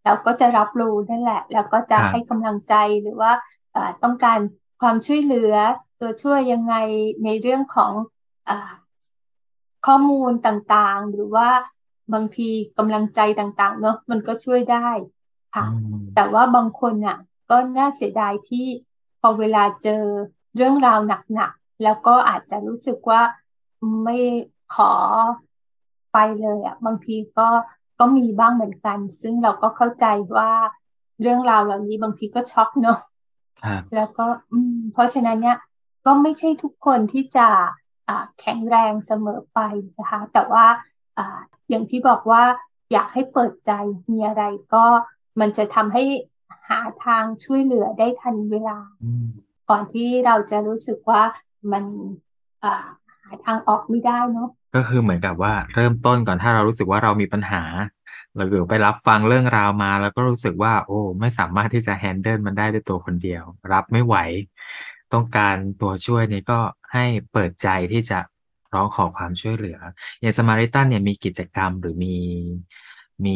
B: เราก็จะรับรู้นั่นแหละแล้วก็จะให้
A: ครับ
B: กำลังใจหรือว่าเอ่อต้องการความช่วยเหลือตัวช่วยยังไงในเรื่องของอ่าข้อมูลต่างๆหรือว่าบางทีกำลังใจต่างๆเนอะมันก็ช่วยได้
A: อื
B: ค่ะแต่
A: ม
B: ว่าบางคนอ่ะก็น่าเสียดายที่พอเวลาเจอเรื่องราวหนักๆแล้วก็อาจจะรู้สึกว่าไม่ขอไปเลยอ่ะบางทีก็ก็มีบ้างเหมือนกันซึ่งเราก็เข้าใจว่าเรื่องราวเหล่านี้บางทีก็ช็อกเนอะ
A: ครับ
B: แล้วก็อืมเพราะฉะนั้นเนี่ยก็ไม่ใช่ทุกคนที่จะอ่าแข็งแรงเสมอไปนะคะแต่ว่าอ่าอย่างที่บอกว่าอยากให้เปิดใจมีอะไรก็มันจะทำให้หาทางช่วยเหลือได้ทันเวลา
A: อืม
B: ก่อนที่เราจะรู้สึกว่ามันอ่าหาทางออกไม่ได้เนาะ
A: ก็คือเหมือนกับว่าเริ่มต้นก่อนถ้าเรารู้สึกว่าเรามีปัญหาหรือไปรับฟังเรื่องราวมาแล้วก็รู้สึกว่าโอ้ไม่สามารถที่จะ handle มันได้ด้วยตัวคนเดียวรับไม่ไหวต้องการตัวช่วยนี่ก็ให้เปิดใจที่จะร้องขอความช่วยเหลืออย่าง Samaritan เนี่ยมีกิจกรรมหรือมีมี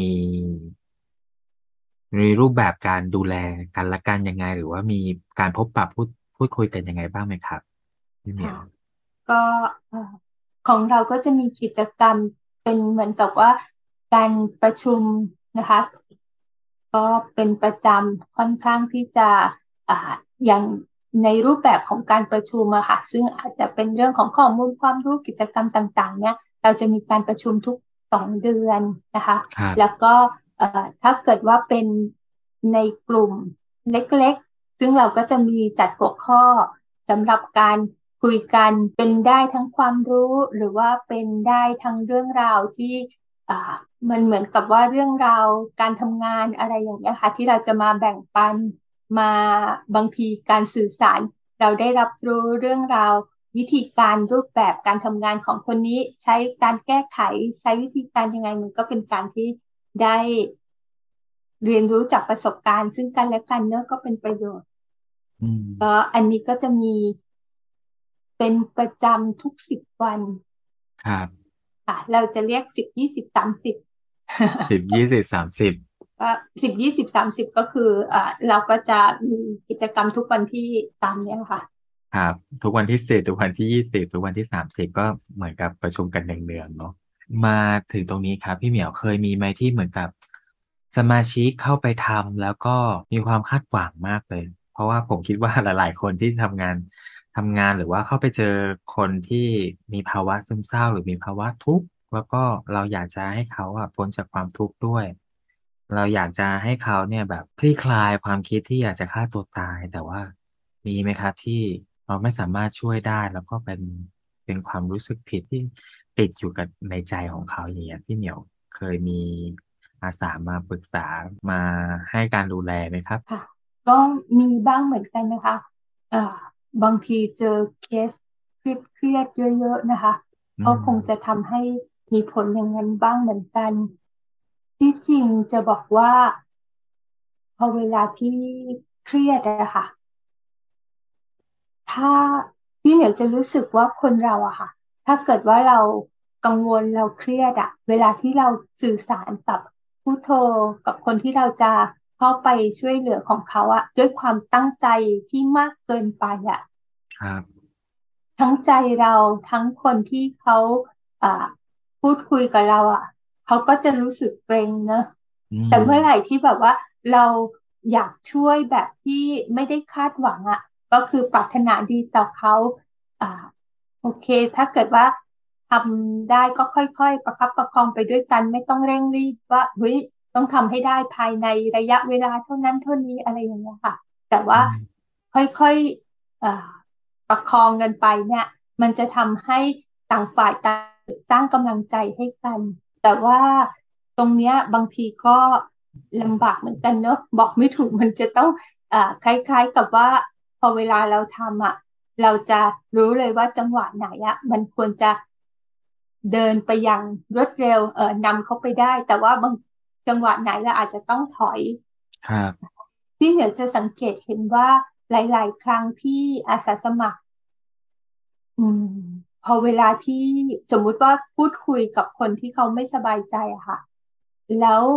A: มีรูปแบบการดูแลกันและกันยังไงหรือว่ามีการพบปะพูดพูดคุยกันยังไงบ้างไหมครับพี่เหมี
B: ค่ะ
A: ยว
B: ก็เอ่อของเราก็จะมีกิจกรรมเป็นเหมือนกับว่าการประชุมนะคะ ก็เป็นประจำค่อนข้างที่จะอ่าอย่างในรูปแบบของการประชุมอะค่ะซึ่งอาจจะเป็นเรื่องของข้อมูลความรู้กิจกรรมต่างๆเนี่ยเราจะมีการประชุมทุกสองเดือนนะคะ
A: ครับ
B: แล้วก็เอ่อถ้าเกิดว่าเป็นในกลุ่มเล็กๆซึ่งเราก็จะมีจัดหัวข้อสำหรับการคุยกันเป็นได้ทั้งความรู้หรือว่าเป็นได้ทั้งเรื่องราวที่ อ่ามันเหมือนกับว่าเรื่องราวการทำงานอะไรอย่างเงี้ยค่ะที่เราจะมาแบ่งปันมาบางทีการสื่อสารเราได้รับรู้เรื่องราววิธีการรูปแบบการทำงานของคนนี้ใช้การแก้ไขใช้วิธีการยังไงมันก็เป็นการที่ได้เรียนรู้จากประสบการณ์ซึ่งกันและกันเนอะก็เป็นประโยชน์
A: อืม
B: ก็อันนี้ก็จะมีเป็นประจำทุกสิบวัน
A: ครับ
B: ค่ะเราจะเรียกสิบยี่สิบสามสิบ
A: สิบยี่สิบสามสิบ
B: ก็สิบยี่สิบสามสิบก็คืออ่าเราก็จะมีกิจกรรมทุกวันที่ตามเนี้ยค่ะ
A: ครับทุกวันที่สิบทุกวันที่ยี่สิบทุกวันที่สามสิบก็เหมือนกับประชุมกันเนืองๆเนาะมาถึงตรงนี้ครับพี่เหมียวเคยมีไหมที่เหมือนกับสมาชิกเข้าไปทำแล้วก็มีความคาดหวังมากเลยเพราะว่าผมคิดว่าหลายๆคนที่ทำงานทำงานหรือว่าเข้าไปเจอคนที่มีภาวะซึมเศร้าหรือมีภาวะทุกข์แล้วก็เราอยากจะให้เขาอะพ้นจากความทุกข์ด้วยเราอยากจะให้เขาเนี่ยแบบคลี่คลายความคิดที่อยากจะฆ่าตัวตายแต่ว่า มีไหมครับที่เราไม่สามารถช่วยได้แล้วก็เป็นเป็นความรู้สึกผิดที่ติดอยู่กับในใจของเขาอย่างเงี้ยพี่เหมียวเคยมีอาสามาปรึกษามาให้การดูแลไหมครับ
B: ค่ะก็มีบ้างเหมือนกันนะคะอ่าบางทีเจอเคสเครียดเครียดเยอะๆนะคะ
A: อื
B: ก็คงจะ
A: ม
B: ทำให้มีผลอย่างนั้นบ้างเหมือนกันที่จริงจะบอกว่าพอเวลาที่เครียดอะค่ะ ถ้าพี่เหมียวจะรู้สึกว่าคนเราอะค่ะถ้าเกิดว่าเรากังวลเราเครียดอะเวลาที่เราสื่อสารกับผู้โทรกับคนที่เราจะเข้าไปช่วยเหลือของเขาอะด้วยความตั้งใจที่มากเกินไปอะ
A: ครับ
B: ทั้งใจเราทั้งคนที่เขาอ่าพูดคุยกับเราอ่ะเขาก็จะรู้สึกเกรงเนอะ
A: อื
B: แต่
A: ม
B: เมื่อไหร่ที่แบบว่าเราอยากช่วยแบบที่ไม่ได้คาดหวังอ่ะก็คือปรารถนาดีต่อเขาอ่าโอเคถ้าเกิดว่าทำได้ก็ค่อยๆประคับประคองไปด้วยกันไม่ต้องเร่งรีบว่าเฮ้ยต้องทำให้ได้ภายในระยะเวลาเท่านั้นเท่านี้อะไรอย่างเงี้ยค่ะแต่ว่า
A: อืม
B: ค่อยๆเอ่อ ประคองกันไปเนี่ยมันจะทำให้ต่างฝ่ายต่างสร้างกำลังใจให้กันแต่ว่าตรงเนี้ยบางทีก็ลำบากเหมือนกันเนอะบอกไม่ถูกมันจะต้องเอ่อคล้ายๆกับว่าพอเวลาเราทำอ่ะเราจะรู้เลยว่าจังหวะไหนอ่ะมันควรจะเดินไปอย่างรวดเร็วเอ่อนำเขาไปได้แต่ว่าบางจังหวะไหนเราอาจจะต้องถอย
A: ครับ
B: พี่เหมียวจะสังเกตเห็นว่าหลายๆครั้งที่อาสาสมัครอืมพอเวลาที่สมมุติว่าพูดคุยกับคนที่เขาไม่สบายใจอะค่ะแล้ว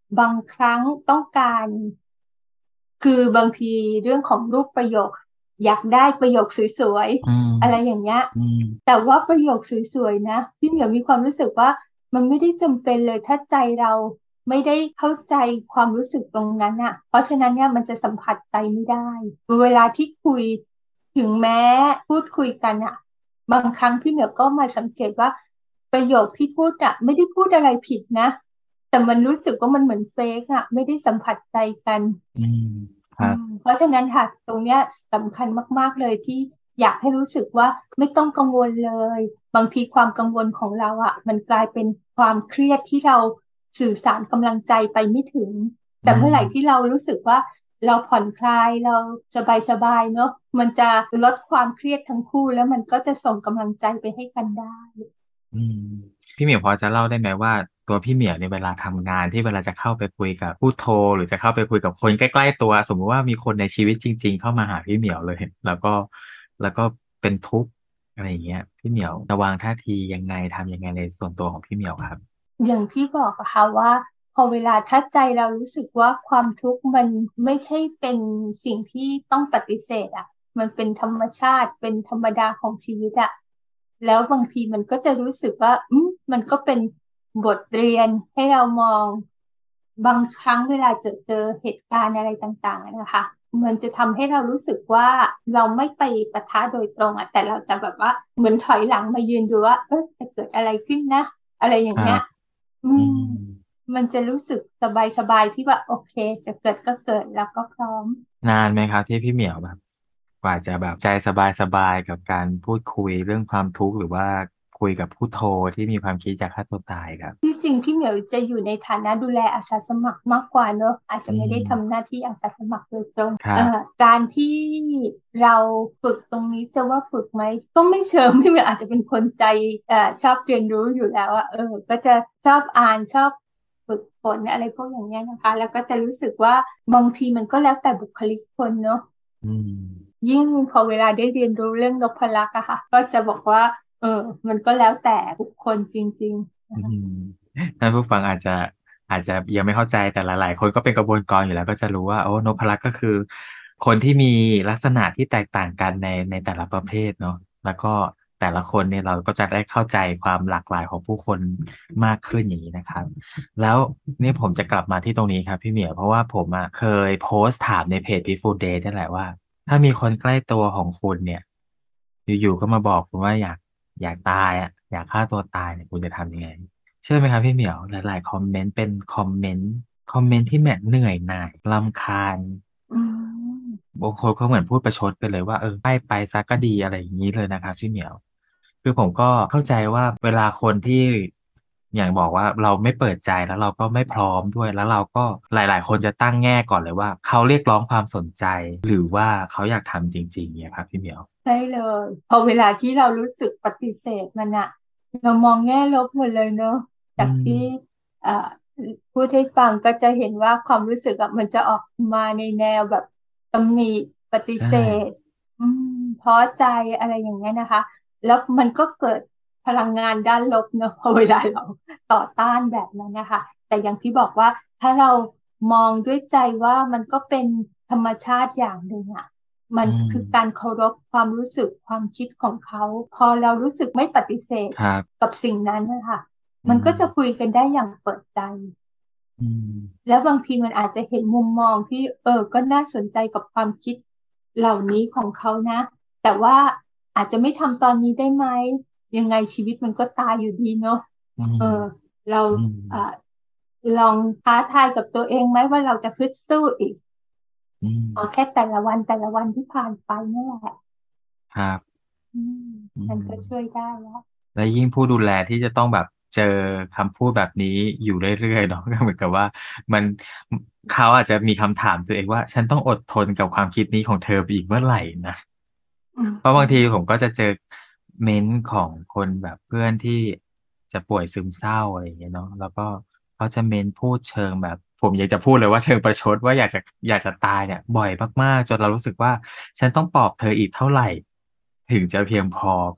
B: บางครั้งต้องการ คือบางทีเรื่องของรูปประโยคอยากได้ประโยคสวย
A: อืม
B: ๆอะไรอย่างเงี้ย
A: อืม
B: แต่ว่าประโยคสวยๆนะพี่เหมียวมีความรู้สึกว่ามันไม่ได้จำเป็นเลยถ้าใจเราไม่ได้เข้าใจความรู้สึกตรงนั้นอ่ะเพราะฉะนั้นเนี่ยมันจะสัมผัสใจไม่ได้เวลาที่คุยถึงแม้พูดคุยกันอ่ะบางครั้งพี่เหมียวก็มาสังเกตว่าประโยคที่พูดอ่ะไม่ได้พูดอะไรผิดนะแต่มันรู้สึกว่ามันเหมือนเฟกอ่ะไม่ได้สัมผัสใจกัน
A: อืมค
B: อื
A: รับ
B: มเพราะฉะนั้นค่ะตรงเนี้ยสำคัญมากๆเลยที่อยากให้รู้สึกว่าไม่ต้องกังวลเลยบางทีความกังวลของเราอ่ะมันกลายเป็นความเครียดที่เราสื่อสารกำลังใจไปไม่ถึง
A: อื
B: แต่เมื่อไหร่ที่
A: ม
B: เรารู้สึกว่าเราผ่อนคลายเราสบายๆเนอะมันจะลดความเครียดทั้งคู่แล้วมันก็จะส่งกำลังใจไปให้กันได้
A: อืมพี่เหมียวพอจะเล่าได้ไหมว่าตัวพี่เหมียวในเวลาทำงานที่เวลาจะเข้าไปคุยกับผู้โทรหรือจะเข้าไปคุยกับคนใกล้ๆตัวสมมุติว่ามีคนในชีวิตจริงๆเข้ามาหาพี่เหมียวเลยแล้วก็แล้วก็เป็นทุกข์อะไรอย่างเงี้ยพี่เหมียวจะวางท่าทียังไงทำยังไงในส่วนตัวของพี่เหมียวครับ
B: อย่างที่บอกอะค่ะว่าพอเวลาถ้าใจเรารู้สึกว่าความทุกข์มันไม่ใช่เป็นสิ่งที่ต้องปฏิเสธอะมันเป็นธรรมชาติเป็นธรรมดาของชีวิตอะแล้วบางทีมันก็จะรู้สึกว่าอืมมันก็เป็นบทเรียนให้เรามองบางครั้งเวลาเจอเจอเหตุการณ์อะไรต่างๆอะนะคะมันจะทำให้เรารู้สึกว่าเราไม่ไปปะทะโดยตรงอะแต่เราจะแบบว่าเหมือนถอยหลังมายืนดูว่าเออจะเกิดอะไรขึ้นนะอะไรอ
A: ค
B: ย่างเงี้ย
A: รับ
B: อื
A: อื
B: ม
A: ม
B: มันจะรู้สึกสบายสบายที่ว่าโอเคจะเกิดก็เกิดแล้วก็พร้อม
A: นานไหมครับที่พี่เหมียวแบบกว่าจะแบบใจสบายๆกับการพูดคุยเรื่องความทุกข์หรือว่าคุยกับผู้โทรที่มีความคิดจะฆ่าตัวตายครับ
B: ที่จริงพี่เหมียวจะอยู่ในฐานะดูแลอาสาสมัครมากกว่าเนอะอาจจะ
A: อื
B: ไม่ได้ทำห
A: ม
B: น้าที่อาสาสมัครโดยตรงเอ่อ
A: ครับ
B: การที่เราฝึกตรงนี้จะว่าฝึกไหมก็ไม่เชิงพี่เหมียวอาจจะเป็นคนใจเอ่อชอบเรียนรู้อยู่แล้วอะเออก็จะชอบอ่านชอบฝึกฝนอะไรพวกอย่างเงี้ยนะคะแล้วก็จะรู้สึกว่าบางทีมันก็แล้วแต่บุคลิกคนเนอะ
A: อืม
B: ยิ่งพอเวลาได้เรียนรู้เรื่องนพลักษ์อะค่ะก็จะบอกว่าเออมันก็แล้วแต่บุคคลจริงๆนะคะ
A: อืมท่านผู้ฟังอาจจะอาจจะยังไม่เข้าใจแต่หลายๆคนก็เป็นกระบวนการอยู่แล้วก็จะรู้ว่าโอ้นพรัตน์ก็คือคนที่มีลักษณะที่แตกต่างกันในในแต่ละประเภทเนาะแล้วก็แต่ละคนเนี่ยเราก็จะได้เข้าใจความหลากหลายของผู้คนมากขึ้นอย่างนี้นะครับแล้วนี่ผมจะกลับมาที่ตรงนี้ครับพี่เหมียวเพราะว่าผมอะเคยโพสต์ถามในเพจ Peaceful Day นั่นแหละว่าถ้ามีคนใกล้ตัวของคุณเนี่ยอยู่ๆก็มาบอกคุณว่าอยากอยากตายอะอยากฆ่าตัวตายเนี่ยคุณจะทำยังไง เชื่อไหมครับพี่เหมียวหลายๆคอมเมนต์เป็นคอมเมนต์คอมเมนต์ที่แบบเหนื่อยหน่ายรำคาญ
B: อืม
A: บางคนเขาเหมือนพูดประชดไปเลยว่าเออไปไปซะก็ดีอะไรอย่างนี้เลยนะครับพี่เหมียวคือผมก็เข้าใจว่าเวลาคนที่อย่างบอกว่าเราไม่เปิดใจแล้วเราก็ไม่พร้อมด้วยแล้วเราก็หลายๆคนจะตั้งแง่ก่อนเลยว่าเขาเรียกร้องความสนใจหรือว่าเขาอยากทำจริงๆเนี่ยครับพี่เหมียว
B: ใช่เลยพอเวลาที่เรารู้สึกปฏิเสธมันอะเรามองแง่ลบหมดเลยเนอะ
A: อื
B: จากที่
A: ม
B: เอ่อพูดให้ฟังก็จะเห็นว่าความรู้สึกอะมันจะออกมาในแนวแบบตำหนิปฏิ
A: ใช่
B: เสธอืมท้อใจอะไรอย่างเงี้ยนะคะแล้วมันก็เกิดพลังงานด้านลบเนอะพอเวลาเราต่อต้านแบบนั้นนะคะแต่อย่างที่บอกว่าถ้าเรามองด้วยใจว่ามันก็เป็นธรรมชาติอย่างหนึ่งอะ มัน
A: อืม
B: คือการเคารพความรู้สึกความคิดของเขาพอเรารู้สึกไม่ปฏิเสธ
A: ครับ
B: กับสิ่งนั้นนะคะ
A: อื
B: มันก็จะคุย
A: ม
B: กันได้อย่างเปิดใจ
A: อืม
B: แล้วบางทีมันอาจจะเห็นมุมมองที่เออก็น่าสนใจกับความคิดเหล่านี้ของเขานะแต่ว่าอาจจะไม่ทำตอนนี้ได้ไหมยังไงชีวิตมันก็ตายอยู่ดีเนาะ
A: อื
B: เออ
A: ม
B: เรา
A: อืม
B: อ่าลองท้าทายกับตัวเองไหมว่าเราจะพึดสู้อีก
A: อืม
B: เอาแค่แต่ละวันแต่ละวันที่ผ่านไปนั่นแหละ
A: ครับ
B: อืม
A: อื
B: มันก็ช่วย
A: ม
B: ได้แล้ว
A: และยิ่งผู้ดูแลที่จะต้องแบบเจอคำพูดแบบนี้อยู่เรื่อยๆเนาะก็เหมือนกับว่ามันเขาอาจจะมีคำถามตัวเองว่าฉันต้องอดทนกับความคิดนี้ของเธอไปอีกเมื่อไหร่นะ
B: อืม
A: เพราะ
B: อืม
A: บางทีผมก็จะเจอเม้นต์ของคนแบบเพื่อนที่จะป่วยซึมเศร้าอะไรอย่างเงี้ยเนาะแล้วก็เขาจะเม้นต์พูดเชิงแบบผมอยากจะพูดเลยว่าเชิงประชดว่าอยากจะอยากจะตายเนี่ยบ่อยมากๆจนเรารู้สึกว่าฉันต้องปลอบเธออีกเท่าไหร่ถึงจะเพียงพอกับ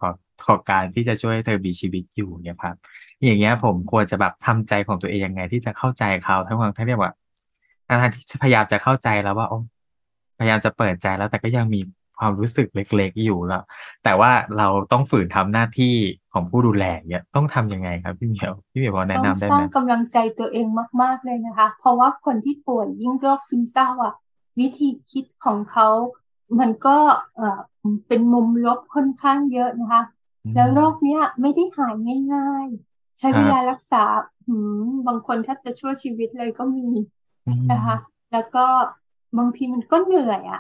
A: ของการที่จะช่วยให้เธอมีชีวิตอยู่เนี่ยครับอย่างเงี้ยผมควรจะแบบทำใจของตัวเองยังไงที่จะเข้าใจเขาทั้งทั้งที่แบบทั้งๆที่พยายามจะเข้าใจแล้วว่าโอ้พยายามจะเปิดใจแล้วแต่ก็ยังมีความรู้สึกเล็กๆอยู่แล้วแต่ว่าเราต้องฝืนทำหน้าที่ของผู้ดูแลอย่างเงี้ยต้องทำยังไงครับพี่เหมียวพี่เหมียวพอแนะ
B: ต้อง
A: นำได้ไหม
B: สร้างกำลังใจตัวเองมากๆเลยนะคะเพราะว่าคนที่ป่วยยิ่งโรคซึมเศร้าอ่ะวิธีคิดของเขามันก็เอ่อเป็นมุมลบค่อนข้างเยอะนะคะ
A: อื
B: แล้ว
A: ม
B: โรคเนี้ยไม่ได้หายง่ายๆใช้เวลา
A: ครับ
B: รักษาหืมบางคนแทบจะชั่วชีวิตเลยก็มี
A: อื
B: นะคะ
A: ม
B: แล้วก็บางทีมันก็เหนื่อยอ่ะ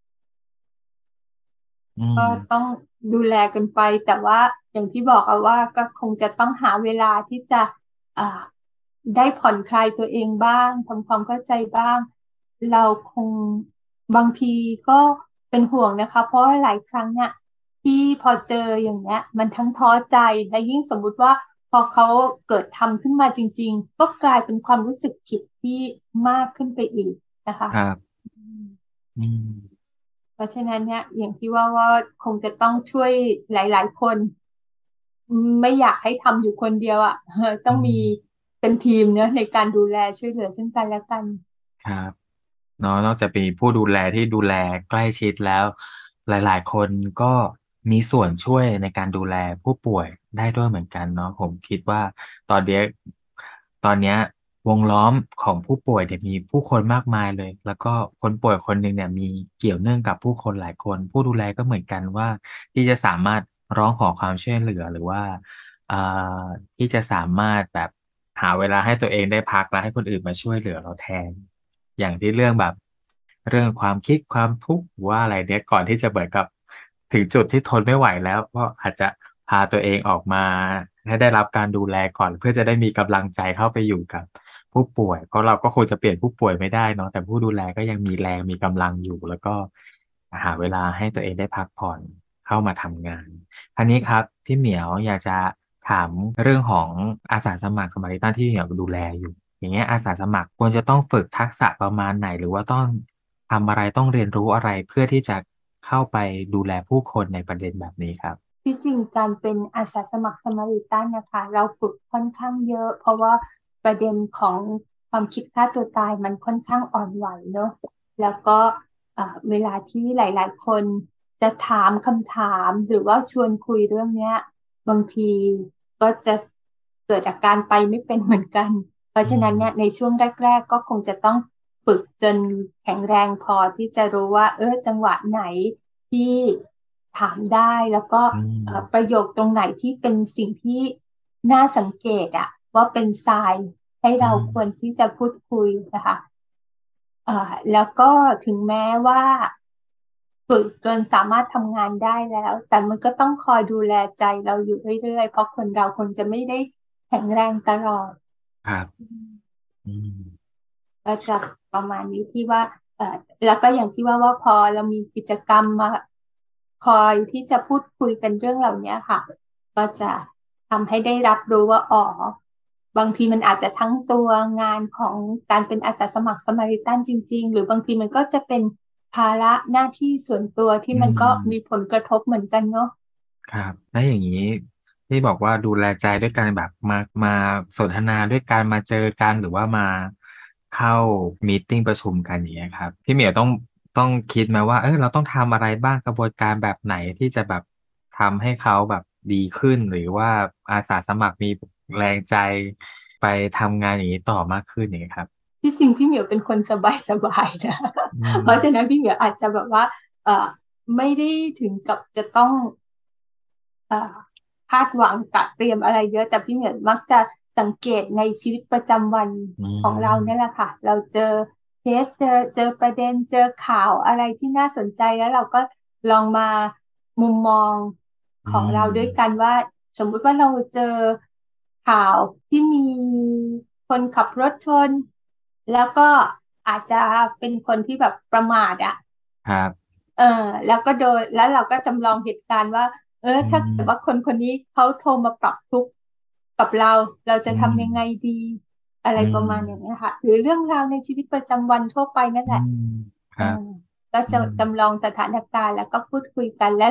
A: อื
B: ก็
A: ม
B: ต้องดูแลกันไปแต่ว่าอย่างที่บอกอะว่าก็คงจะต้องหาเวลาที่จะอ่าได้ผ่อนคลายตัวเองบ้างทำความเข้าใจบ้างเราคงบางทีก็เป็นห่วงนะคะเพราะว่าหลายครั้งเนี่ยที่พอเจออย่างเงี้ยมันทั้งท้อใจและยิ่งสมมุติว่าพอเขาเกิดทำขึ้นมาจริงๆก็กลายเป็นความรู้สึกผิดที่มากขึ้นไปอีกนะคะ
A: ครับ
B: อืม
A: อืม
B: เพราะฉะนั้นเนี่ยอย่างที่ว่าว่าคงจะต้องช่วยหลายๆคนอืมไม่อยากให้ทำอยู่คนเดียวอ่ะเออต้
A: อื
B: องมี
A: ม
B: เป็นทีมเนอะในการดูแลช่วยเหลือซึ่งกันและกัน
A: ครับ เนาะนอกจากมีผู้ดูแลที่ดูแลใกล้ชิดแล้วหลายๆคนก็มีส่วนช่วยในการดูแลผู้ป่วยได้ด้วยเหมือนกันเนาะผมคิดว่าตอนเนี้ยตอนเนี้ยวงล้อมของผู้ป่วยเนี่ยมีผู้คนมากมายเลยแล้วก็คนป่วยคนหนึ่งเนี่ยมีเกี่ยวเนื่องกับผู้คนหลายคนผู้ดูแลก็เหมือนกันว่าที่จะสามารถร้องขอความช่วยเหลือหรือว่าอ่าที่จะสามารถแบบหาเวลาให้ตัวเองได้พักและให้คนอื่นมาช่วยเหลือเราแทน อย่างที่เรื่องแบบเรื่องความคิดความทุกข์หรือว่าอะไรเนี่ยก่อนที่จะเหมือนกับถึงจุดที่ทนไม่ไหวแล้วก็อาจจะพาตัวเองออกมาให้ได้รับการดูแลก่อนเพื่อจะได้มีกำลังใจเข้าไปอยู่กับผู้ป่วยเพราะเราก็คงจะเปลี่ยนผู้ป่วยไม่ได้เนาะแต่ผู้ดูแลก็ยังมีแรงมีกำลังอยู่แล้วก็หาเวลาให้ตัวเองได้พักผ่อนเข้ามาทำงานทีนี้ครับพี่เหมียวอยากจะถามเรื่องของอาสาสมัครสมาริตันที่พี่เหมียวดูแลอยู่ อย่างเงี้ยอาสาสมัครควรจะต้องฝึกทักษะประมาณไหนหรือว่าต้องทำอะไรต้องเรียนรู้อะไรเพื่อที่จะเข้าไปดูแลผู้คนในประเด็นแบบนี้ครับ
B: ที่จริงการเป็นอาสาสมัครสมาริตันนะคะเราฝึกค่อนข้างเยอะเพราะว่าประเด็นของความคิดฆ่าตัวตายมันค่อนข้างอ่อนไหวเนอะแล้วก็เอ่อเวลาที่หลายๆคนจะถามคำถามหรือว่าชวนคุยเรื่องเนี้ยบางทีก็จะเกิดอาการไปไม่เป็นเหมือนกัน เพราะ
A: อื
B: ฉะนั้นเนี่ยใน
A: ม
B: ช่วงแรกๆก็คงจะต้องฝึกจนแข็งแรงพอที่จะรู้ว่าเออจังหวะไหนที่ถามได้แล้วก็
A: อืม
B: เอ่อประโยคตรงไหนที่เป็นสิ่งที่น่าสังเกตอะว่าเป็นทรายให้
A: อื
B: เรา
A: ม
B: ควรที่จะพูดคุยนะคะเอ่อแล้วก็ถึงแม้ว่าฝึกจนสามารถทำงานได้แล้วแต่มันก็ต้องคอยดูแลใจเราอยู่เรื่อยๆเพราะคนเราคนจะไม่ได้แข็งแรงตลอด
A: ครับอืม
B: ก็จะประมาณนี้ที่ว่าเอ่อแล้วก็อย่างที่ว่าว่าพอเรามีกิจกรรมมาคอยที่จะพูดคุยกันเรื่องเหล่านี้ค่ะก็จะทำให้ได้รับรู้ว่าอ๋อบางทีมันอาจจะทั้งตัวงานของการเป็นอาสาสมัครสมาริตันจริงๆหรือบางทีมันก็จะเป็นภาระหน้าที่ส่วนตัวที่
A: อื
B: มันก็มีผ
A: ม
B: ลกระทบเหมือนกันเนาะ
A: ครับแล้วอย่างนี้ที่บอกว่าดูแลใจด้วยการแบบมามาสนทนาด้วยการมาเจอกันหรือว่ามาเข้ามีตติ้งประชุมกันอย่างเงี้ยครับพี่เหมียวต้องต้องคิดไหมว่าเออเราต้องทำอะไรบ้างกระบวนการแบบไหนที่จะแบบทำให้เขาแบบดีขึ้นหรือว่าอาสาสมัครมีแรงใจไปทำงานอย่างนี้ต่อมากขึ้นอย่างเงี้ยครับ
B: ที่จริงพี่เหมียวเป็นคนสบายสบายนะ
A: อื
B: เพราะฉะ
A: ม
B: นั้นพี่เหมียวอาจจะแบบว่าเอ่อไม่ได้ถึงกับจะต้องเอ่อคาดหวังกะเตรียมอะไรเยอะแต่พี่เหมียวมักจะสังเกตในชีวิตประจำวัน
A: อื
B: ของเราเนี่ยแห
A: ม
B: ละค่ะเราเจอเคสเจอเจอประเด็นเจอข่าวอะไรที่น่าสนใจแล้วเราก็ลองมามุมมอง
A: อื
B: ของเราด้วยกัน
A: ม
B: ว่าสมมุติว่าเราเจอข่าวที่มีคนขับรถชน แล้วก็อาจจะเป็นคนที่แบบประมาทอ่ะ
A: ครับ
B: เออแล้วก็โดยแล้วเราก็จำลองเหตุการณ์ว่าเออ
A: อื
B: ถ้าเกิดว่า
A: ม
B: คนคนนี้เขาโทรมาปรับทุกข์กับเราเราจะ
A: อืม
B: ทำยังไงดีอะไร
A: อื
B: ประมาณอย่าง
A: ม
B: นี้ยค่ะหรือเรื่องราวในชีวิตประจำวันทั่วไปนั่น
A: อื
B: แหละ
A: มค
B: เออ
A: รับ
B: ก็จะ
A: อืม
B: จำลองสถานการณ์แล้วก็พูดคุยกันแล้ว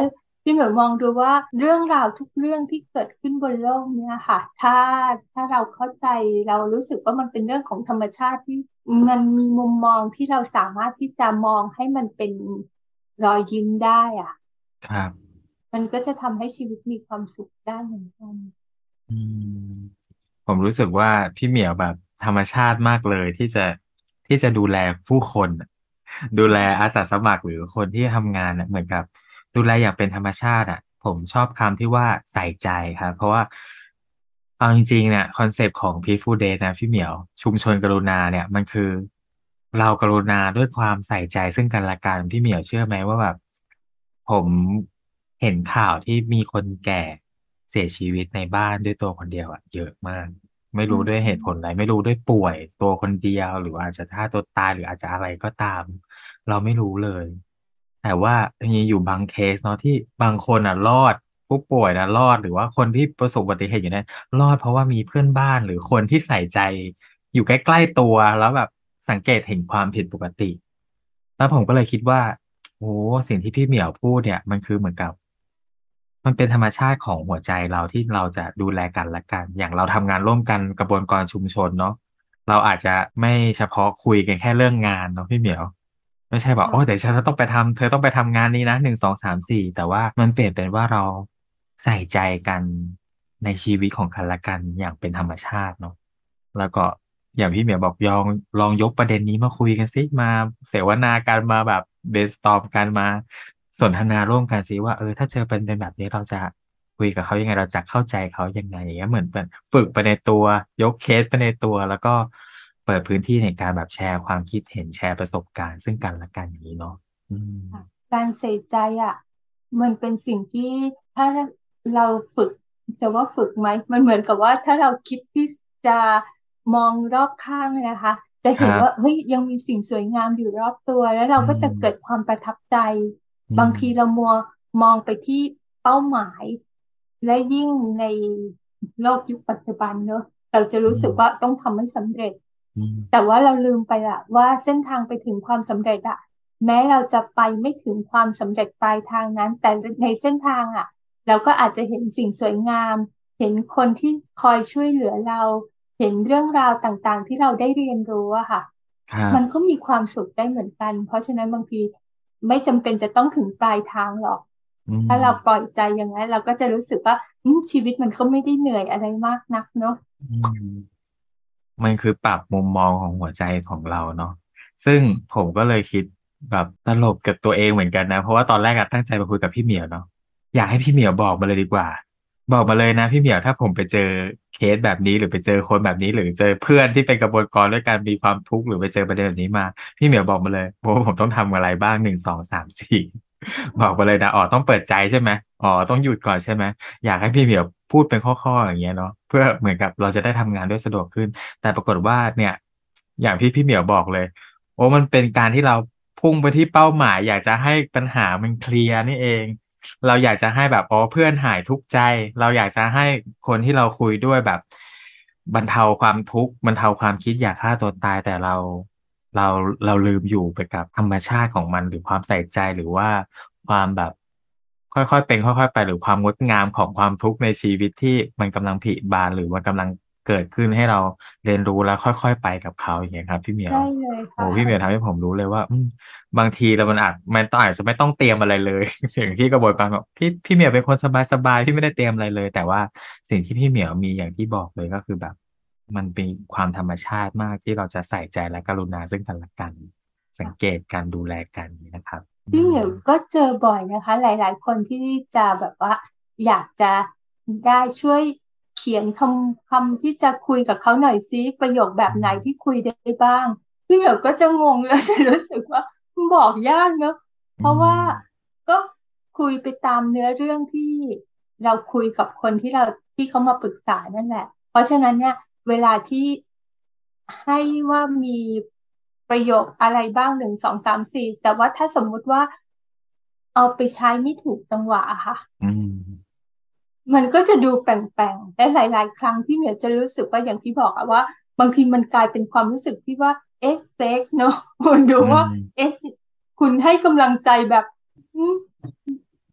B: พี่เหมียวมองดูว่าเรื่องราวทุกเรื่องที่เกิดขึ้นบนโลกเนี่ยค่ะถ้าถ้าเราเข้าใจเรารู้สึกว่ามันเป็นเรื่องของธรรมชาติที่มันมีมุมมองที่เราสามารถที่จะมองให้มันเป็นรอยยิ้มได้อ่ะ
A: ครับ
B: มันก็จะทำให้ชีวิตมีความสุขได้เหมือนกัน
A: อืม ผมรู้สึกว่าพี่เหมียวแบบธรรมชาติมากเลยที่จะที่จะดูแลผู้คนน่ะดูแลอาสาสมัครหรือคนที่ทำงานน่ะเหมือนกับดูแลอย่างเป็นธรรมชาติอ่ะผมชอบคำที่ว่าใส่ใจครับเพราะว่าเอาจริงๆเนี่ยคอนเซปต์ของ Peaceful Day นะพี่เหมียวชุมชนกรุณาเนี่ยมันคือเรากรุณาด้วยความใส่ใจซึ่งกันและกันพี่เหมียวเชื่อไหมว่าแบบผมเห็นข่าวที่มีคนแก่เสียชีวิตในบ้านด้วยตัวคนเดียวอะเยอะมาก ไม่
B: อื
A: รู้ด้วยเหตุผล
B: ม
A: อะไรไม่รู้ด้วยป่วยตัวคนเดียวหรืออาจจะฆ่าตัวตายหรืออาจจะอะไรก็ตามเราไม่รู้เลยแต่ว่ามีอยู่บางเคสเนาะที่บางคนอ่ะรอดผู้ป่วยนะรอดหรือว่าคนที่ประสบอุบัติเหตุอยู่เนี่ยรอดเพราะว่ามีเพื่อนบ้านหรือคนที่ใส่ใจอยู่ใกล้ๆตัวแล้วแบบสังเกตเห็นความผิดปกติแล้วผมก็เลยคิดว่าโอ้สิ่งที่พี่เหมียวพูดเนี่ยมันคือเหมือนกับ มันเป็นธรรมชาติของหัวใจเราที่เราจะดูแลกันและกันอย่างเราทำงานร่วมกันกระบวนการชุมชนเนาะเราอาจจะไม่เฉพาะคุยกันแค่เรื่องงานเนาะพี่เหมียวไม่ใช่บอกโอ้
B: ค่ะ
A: เดี๋ยวฉันต้องไปทำเธอต้องไปทำงานนี้นะหนึ่งสองสามสี่แต่ว่ามันเปลี่ยนเป็นว่าเราใส่ใจกันในชีวิตของกันและกันอย่างเป็นธรรมชาติเนาะแล้วก็อย่างพี่เหมียวบอกยองลองยกประเด็นนี้มาคุยกันซิมาเสวนากันมาแบบเบสตอ r มกันมาสนทนาร่วมกันซิว่าเออถ้าเจอเป็นเป็นแบบนี้เราจะคุยกับเขายังไงเราจะเข้าใจเขายังไงอย่างเงี้ยเหมือนเป็นฝึกไปในตัวยกเคสไปในตัวแล้วก็เปิดพื้นที่ในการแบบแชร์ความคิดเห็นแชร์ประสบการณ์ซึ่งกันและกันอย่างนี้เนาะอืม
B: การใส่ใจอ่ะมันเป็นสิ่งที่ถ้าเราฝึกจะว่าฝึกไหมมันเหมือนกับว่าถ้าเราคิดที่จะมองรอบข้างนะคะจะเห็นว่า
A: ครับ
B: เฮ้ยยังมีสิ่งสวยงามอยู่รอบตัวแล้วเรา
A: อื
B: ก็จะเกิด
A: ม
B: ความประทับใจ
A: อืม
B: บางทีเรามัวมองไปที่เป้าหมายและยิ่งในโลกยุคปัจจุบันเนอะเราจะ
A: อื
B: รู้สึ
A: ม
B: กว่าต้องทำให้สำเร็จ
A: อืม
B: แต่ว่าเราลืมไปละว่าเส้นทางไปถึงความสำเร็จอะ แม้เราจะไปไม่ถึงความสำเร็จปลายทางนั้นแต่ในเส้นทางอ่ะเราก็อาจจะเห็นสิ่งสวยงามเห็นคนที่คอยช่วยเหลือเราเห็นเรื่องราวต่างๆที่เราได้เรียนรู้อะค่ะมันก็
A: ครับ
B: มีความสุขได้เหมือนกันเพราะฉะนั้นบางทีไม่จำเป็นจะต้องถึงปลายทางหรอก
A: อืม
B: ถ้าเราปล่อยใจอย่างนั้นเราก็จะรู้สึกว่าอืมชีวิตมันก็ไม่ได้เหนื่อยอะไรมากนักเนาะ
A: อืม มันคือปรับมุมมองของหัวใจของเราเนาะซึ่งผมก็เลยคิดแบบตลกกับตัวเองเหมือนกันนะเพราะว่าตอนแรกอะตั้งใจมาคุยกับพี่เหมียวเนาะอยากให้พี่เหมียวบอกมาเลยดีกว่าบอกมาเลยนะพี่เหมียวถ้าผมไปเจอเคสแบบนี้หรือไปเจอคนแบบนี้หรือเจอเพื่อนที่เป็นกระบวนการด้วยการมีความทุกข์หรือไปเจอประเด็นแบบนี้มาพี่เหมียวบอกมาเลยว่าผมต้องทำอะไรบ้างหนึ่งสองสามสี่บอกมาเลยนะอ๋อต้องเปิดใจใช่ไหมอ๋อต้องหยุดก่อนใช่ไหมอยากให้พี่เหมียวพูดเป็นข้อๆอย่างเงี้ยเนาะเพื่อเหมือนกับเราจะได้ทำงานด้วยสะดวกขึ้น แต่ปรากฏว่าเนี่ยอย่างที่พี่เหมียวบอกเลยโอ้มันเป็นการที่เราพุ่งไปที่เป้าหมายอยากจะให้ปัญหามันเคลียร์นี่เองเราอยากจะให้แบบอ๋อเพื่อนหายทุกข์ใจเราอยากจะให้คนที่เราคุยด้วยแบบบรรเทาความทุกข์บรรเทาความคิดอยากฆ่าตัวตายแต่เราเราเราลืมอยู่ไปกับธรรมชาติของมันหรือความใส่ใจหรือว่าความแบบค่อยๆเป็นค่อยๆไปหรือความงดงามของความทุกข์ในชีวิตที่มันกำลังผลิบานหรือมันกำลัง เกิดขึ้นให้เราเรียนรู้แล้วค่อยๆไปกับเขาอย่างเงี้ยครับพี่เหมียว
B: ได้เลย
A: โอ้
B: ค่ะ
A: พี่เหมียวทำให้ผมรู้เลยว่าอืมบางทีเรามันอาจมันต้องอาจจะไม่ต้องเตรียมอะไรเลยอย่างที่กระบวนการบอกพี่พี่เหมียวเป็นคนสบายๆพี่ไม่ได้เตรียมอะไรเลยแต่ว่าสิ่งที่พี่เหมียวมีอย่างที่บอกเลยก็คือแบบมันเป็นความธรรมชาติมากที่เราจะใส่ใจและกรุณาซึ่งกันและกันสังเกตการดูแลกันนะครับอื
B: พี่เหมี
A: ม
B: ยวก็เจอบ่อยนะคะหลายๆคนที่จะแบบว่าอยากจะได้ช่วยเขียนคำคำที่จะคุยกับเขาหน่อยซิประโยคแบบ
A: อื
B: ไหน
A: ม
B: ที่คุยได้บ้างพี่เหมียวก็จะงงแล้วจะรู้สึกว่าบอกยากเนอะเพ
A: อื
B: ราะว่า
A: ม
B: ก็คุยไปตามเนื้อเรื่องที่เราคุยกับคนที่เราที่เขามาปรึกษานั่นแหละเพราะฉะนั้นเนี่ยเวลาที่ให้ว่ามีประโยคอะไรบ้างหนึ่งสองสามสี่แต่ว่าถ้าสมมุติว่าเอาไปใช้ไม่ถูกจังหวะอะค่ะ
A: อืม
B: มันก็จะดูแปลงๆและหลายๆครั้งพี่เหมียวจะรู้สึกว่าอย่างที่บอกอะว่าบางทีมันกลายเป็นความรู้สึกที่ว่าเอ๊ะเฟกเนอะคุณดู
A: อื
B: ว่า
A: ม
B: เอ๊ะคุณให้กำลังใจแบบอืม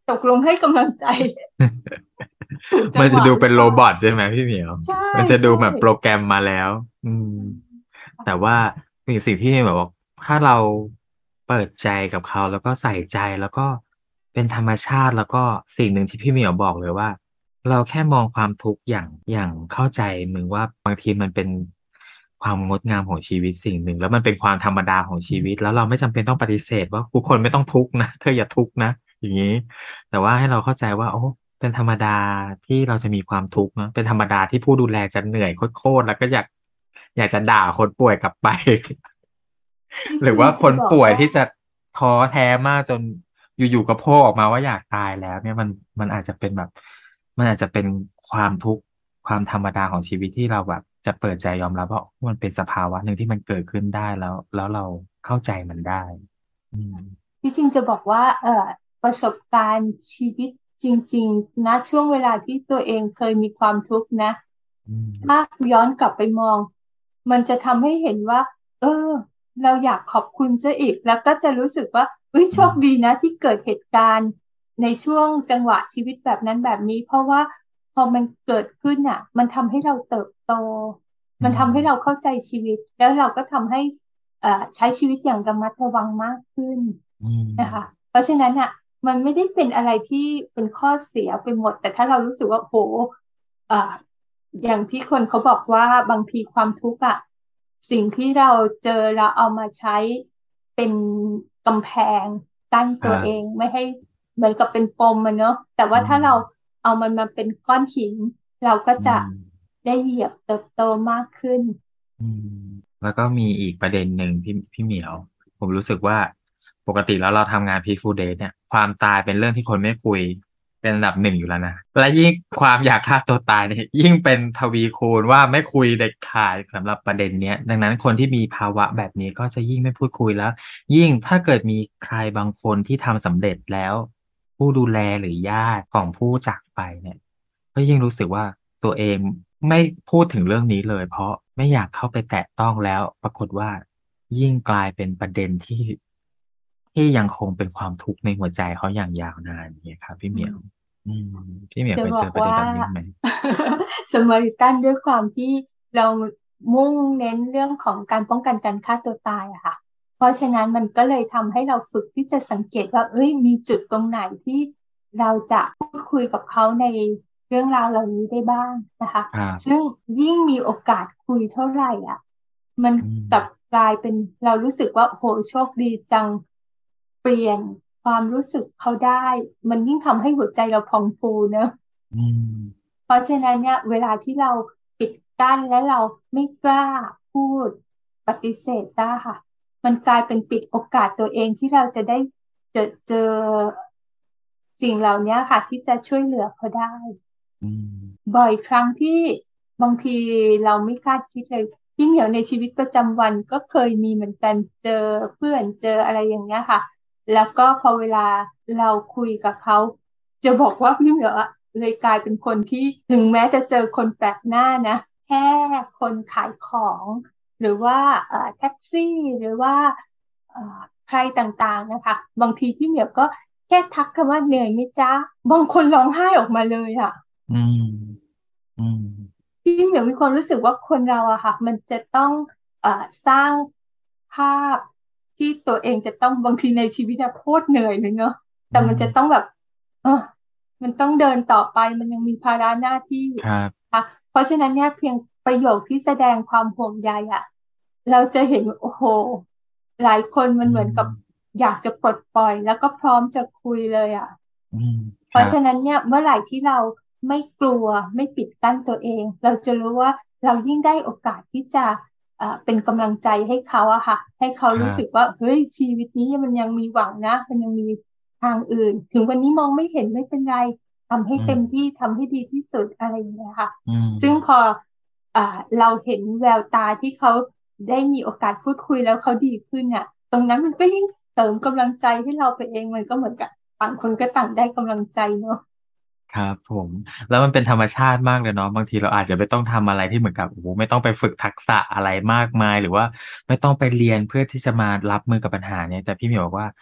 B: ตกลงให้กำลังใจถูกจั
A: มัน
B: งหวะ
A: จะดูเป็นโร
B: หรือเปล่า
A: บอทใช่ไหมพี่เหมียว
B: ใช่
A: มันจะดู
B: ใช่
A: แบบโปรแกรมมาแล้วอืมแต่ว่ามีสิ่งที่แบบว่าถ้าเราเปิดใจกับเขาแล้วก็ใส่ใจแล้วก็เป็นธรรมชาติแล้วก็สิ่งหนึ่งที่พี่เหมียวบอกเลยว่าเราแค่มองความทุกข์อย่างอย่างเข้าใจมึงว่าบางทีมันเป็นความงดงามของชีวิตสิ่งหนึ่งแล้วมันเป็นความธรรมดาของชีวิตแล้วเราไม่จำเป็นต้องปฏิเสธว่าทุกคนไม่ต้องทุกข์นะเธออย่าทุกข์นะอย่างนี้แต่ว่าให้เราเข้าใจว่าโอ้ เป็นธรรมดาที่เราจะมีความทุกข์เนอะเป็นธรรมดาที่ผู้ดูแลจะเหนื่อยโคตรๆแล้วก็อยากอยากจะด่าคนป่วยกลับไป
B: ที่
A: หรือ
B: จริงจะ
A: ว่าคน
B: บอกว่า
A: ป่วยที่จะท้อแท้มากจนอยู่ๆก็โผล่ออกมาว่าอยากตายแล้วเนี่ยมันมันอาจจะเป็นแบบมันอาจจะเป็นความทุกข์ความธรรมดาของชีวิตที่เราแบบจะเปิดใจยอมรับว่ามันเป็นสภาวะหนึ่งที่มันเกิดขึ้นได้แล้วแล้วเราเข้าใจมันได้อืม
B: ที่จริงจะบอกว่าเอ่อประสบการณ์ชีวิตจริงๆนะช่วงเวลาที่ตัวเองเคยมีความทุกข์นะ
A: อืม
B: ถ้าย้อนกลับไปมองมันจะทำให้เห็นว่าเออเราอยากขอบคุณซะอีกแล้วก็จะรู้สึกว่าเฮ้ยโช
A: อืม
B: คดีนะที่เกิดเหตุการณ์ในช่วงจังหวะชีวิตแบบนั้นแบบนี้เพราะว่าพอมันเกิดขึ้นอ่ะมันทำให้เราเติบโต
A: อื
B: มันทำให้เรา
A: ม
B: เข้าใจชีวิตแล้วเราก็ทำให้เอ่อใช้ชีวิตอย่างระมัดระวังมากขึ้น
A: อืม
B: นะคะเพราะฉะนั้นอ่ะมันไม่ได้เป็นอะไรที่เป็นข้อเสียไปหมดแต่ถ้าเรารู้สึกว่าโหอ่าอย่างที่คนเขาบอกว่าบางทีความทุกข์อ่ะสิ่งที่เราเจอเราเอามาใช้เป็นกำแพงกั้นตัวเอง
A: ครับ
B: ไม่ให้เหมือนกับเป็นปมมันเนอะแต่ว่า
A: อืม
B: ถ้าเราเอามันมาเป็นก้อนหินเราก็
A: อื
B: จะ
A: ม
B: ได้เหยียบเติบโตมากขึ้น
A: อืมแล้วก็มีอีกประเด็นหนึ่งพี่พี่เหมียวผมรู้สึกว่าปกติแล้วเราทำงาน Peaceful Date เนี่ยความตายเป็นเรื่องที่คนไม่คุยเป็นอันดับหนึ่งอยู่แล้วนะและยิ่งความอยากฆ่าตัวตายเนี่ยยิ่งเป็นทวีคูณว่าไม่คุยเด็ดขาดสำหรับประเด็นเนี้ยดังนั้นคนที่มีภาวะแบบนี้ก็จะยิ่งไม่พูดคุยแล้วยิ่งถ้าเกิดมีใครบางคนที่ทำสำเร็จแล้วผู้ดูแลหรือญาติของผู้จากไปเนี่ย ก็ยิ่งรู้สึกว่าตัวเองไม่พูดถึงเรื่องนี้เลยเพราะไม่อยากเข้าไปแตะต้องแล้วปรากฏว่ายิ่งกลายเป็นประเด็นที่ที่ยังคงเป็นความทุกข์ในหัวใจเขาอย่างยาวนานเนี่ยครับพี่เหมียว
B: อืม
A: อืมพี่เหมียว
B: จะ
A: เคยเจอประเด็น
B: บอกว่า
A: แบบนี้ไหม
B: สมาริตันด้วยความที่เรามุ่งเน้นเรื่องของการป้องกันการฆ่าตัวตายอะค่ะเพราะฉะนั้นมันก็เลยทำให้เราฝึกที่จะสังเกตว่าเอ้ยมีจุดตรงไหนที่เราจะพูดคุยกับเขาในเรื่องราวเหล่านี้ได้บ้างนะคะซึ่ง
A: ครับ
B: ยิ่งมีโอกาสคุยเท่าไหร่อ่ะมัน
A: อืม
B: กลับกลายเป็นเรารู้สึกว่าโหโชคดีจังเปลี่ยนความรู้สึกเขาได้มันยิ่งทำให้หัวใจเราพองฟูเนอะ
A: อืม
B: เพราะฉะนั้นเนี่ยเวลาที่เราปิดกั้นและเราไม่กล้าพูดปฏิเสธซะค่ะมันกลายเป็นปิดโอกาสตัวเองที่เราจะได้เจอเจอสิ่งเหล่านี้ค่ะที่จะช่วยเหลือเขาได้
A: อืม
B: บ่อยครั้งที่บางทีเราไม่คาดคิดเลยพี่เหมียวในชีวิตประจำวันก็เคยมีเหมือนกันเจอเพื่อนเจออะไรอย่างเงี้ยค่ะแล้วก็พอเวลาเราคุยกับเขาจะบอกว่าพี่เหมียวอะ เลยกลายเป็นคนที่ถึงแม้จะเจอคนแปลกหน้านะแค่คนขายของหรือว่าเอ่อแท็กซี่หรือว่าเอ่อใครต่างๆนะคะบางทีพี่เหมียวก็แค่ทักคำว่าเหนื่อยไหมจ๊ะบางคนร้องไห้ออกมาเลยอ่ะ
A: อืมอืม
B: พี่เหมียวมีความรู้สึกว่าคนเราอะค่ะมันจะต้องเอ่อสร้างภาพที่ตัวเองจะต้องบางทีในชีวิตอะโคตรเหนื่อยเลยเนาะแต่
A: อื
B: มัน
A: ม
B: จะต้องแบบเออ มันต้องเดินต่อไปมันยังมีภาระหน้าที่
A: ครับ
B: ค่ะเพราะฉะนั้นเนี่ยเพียงประโยคที่แสดงความห่วงใยอ่ะเราจะเห็นโอ้โหหลายคนมัน
A: อื
B: เหมือนกับ
A: ม
B: อยากจะปลดปล่อยแล้วก็พร้อมจะคุยเลยอ่ะ
A: อืม
B: เพราะ
A: ครับ
B: ฉะนั้นเนี่ยเมื่อไหร่ที่เราไม่กลัวไม่ปิดกั้นตัวเองเราจะรู้ว่าเรายิ่งได้โอกาสที่จะเอ่อเป็นกำลังใจให้เขาอะค่ะให้เขารู้สึก
A: ครับ
B: ว่าเฮ้ยชีวิตนี้มันยังมีหวังนะมันยังมีทางอื่นถึงวันนี้มองไม่เห็นไม่เป็นไร ทำให้
A: อืม
B: เต็มที่ทำให้ดีที่สุดอะไรอย่างเงี้ยค่ะ
A: อืม
B: ซึ่งพออ่าเราเห็นแววตาที่เขาได้มีโอกาสพูดคุยแล้วเขาดีขึ้นเนี่ยตรงนั้นมันก็ยิ่งเสริมกำลังใจให้เราไปเองมันก็เหมือนกับต่างคนก็ต่างได้กำลังใจเนอะ
A: ครับผมแล้วมันเป็นธรรมชาติมากเลยเนาะบางทีเราอาจจะไม่ต้องทำอะไรที่เหมือนกับโอ้โหไม่ต้องไปฝึกทักษะอะไรมากมายหรือว่าไม่ต้องไปเรียนเพื่อที่จะมารับมือกับปัญหาเนี่ยแต่พี่เหมียวบอกว่า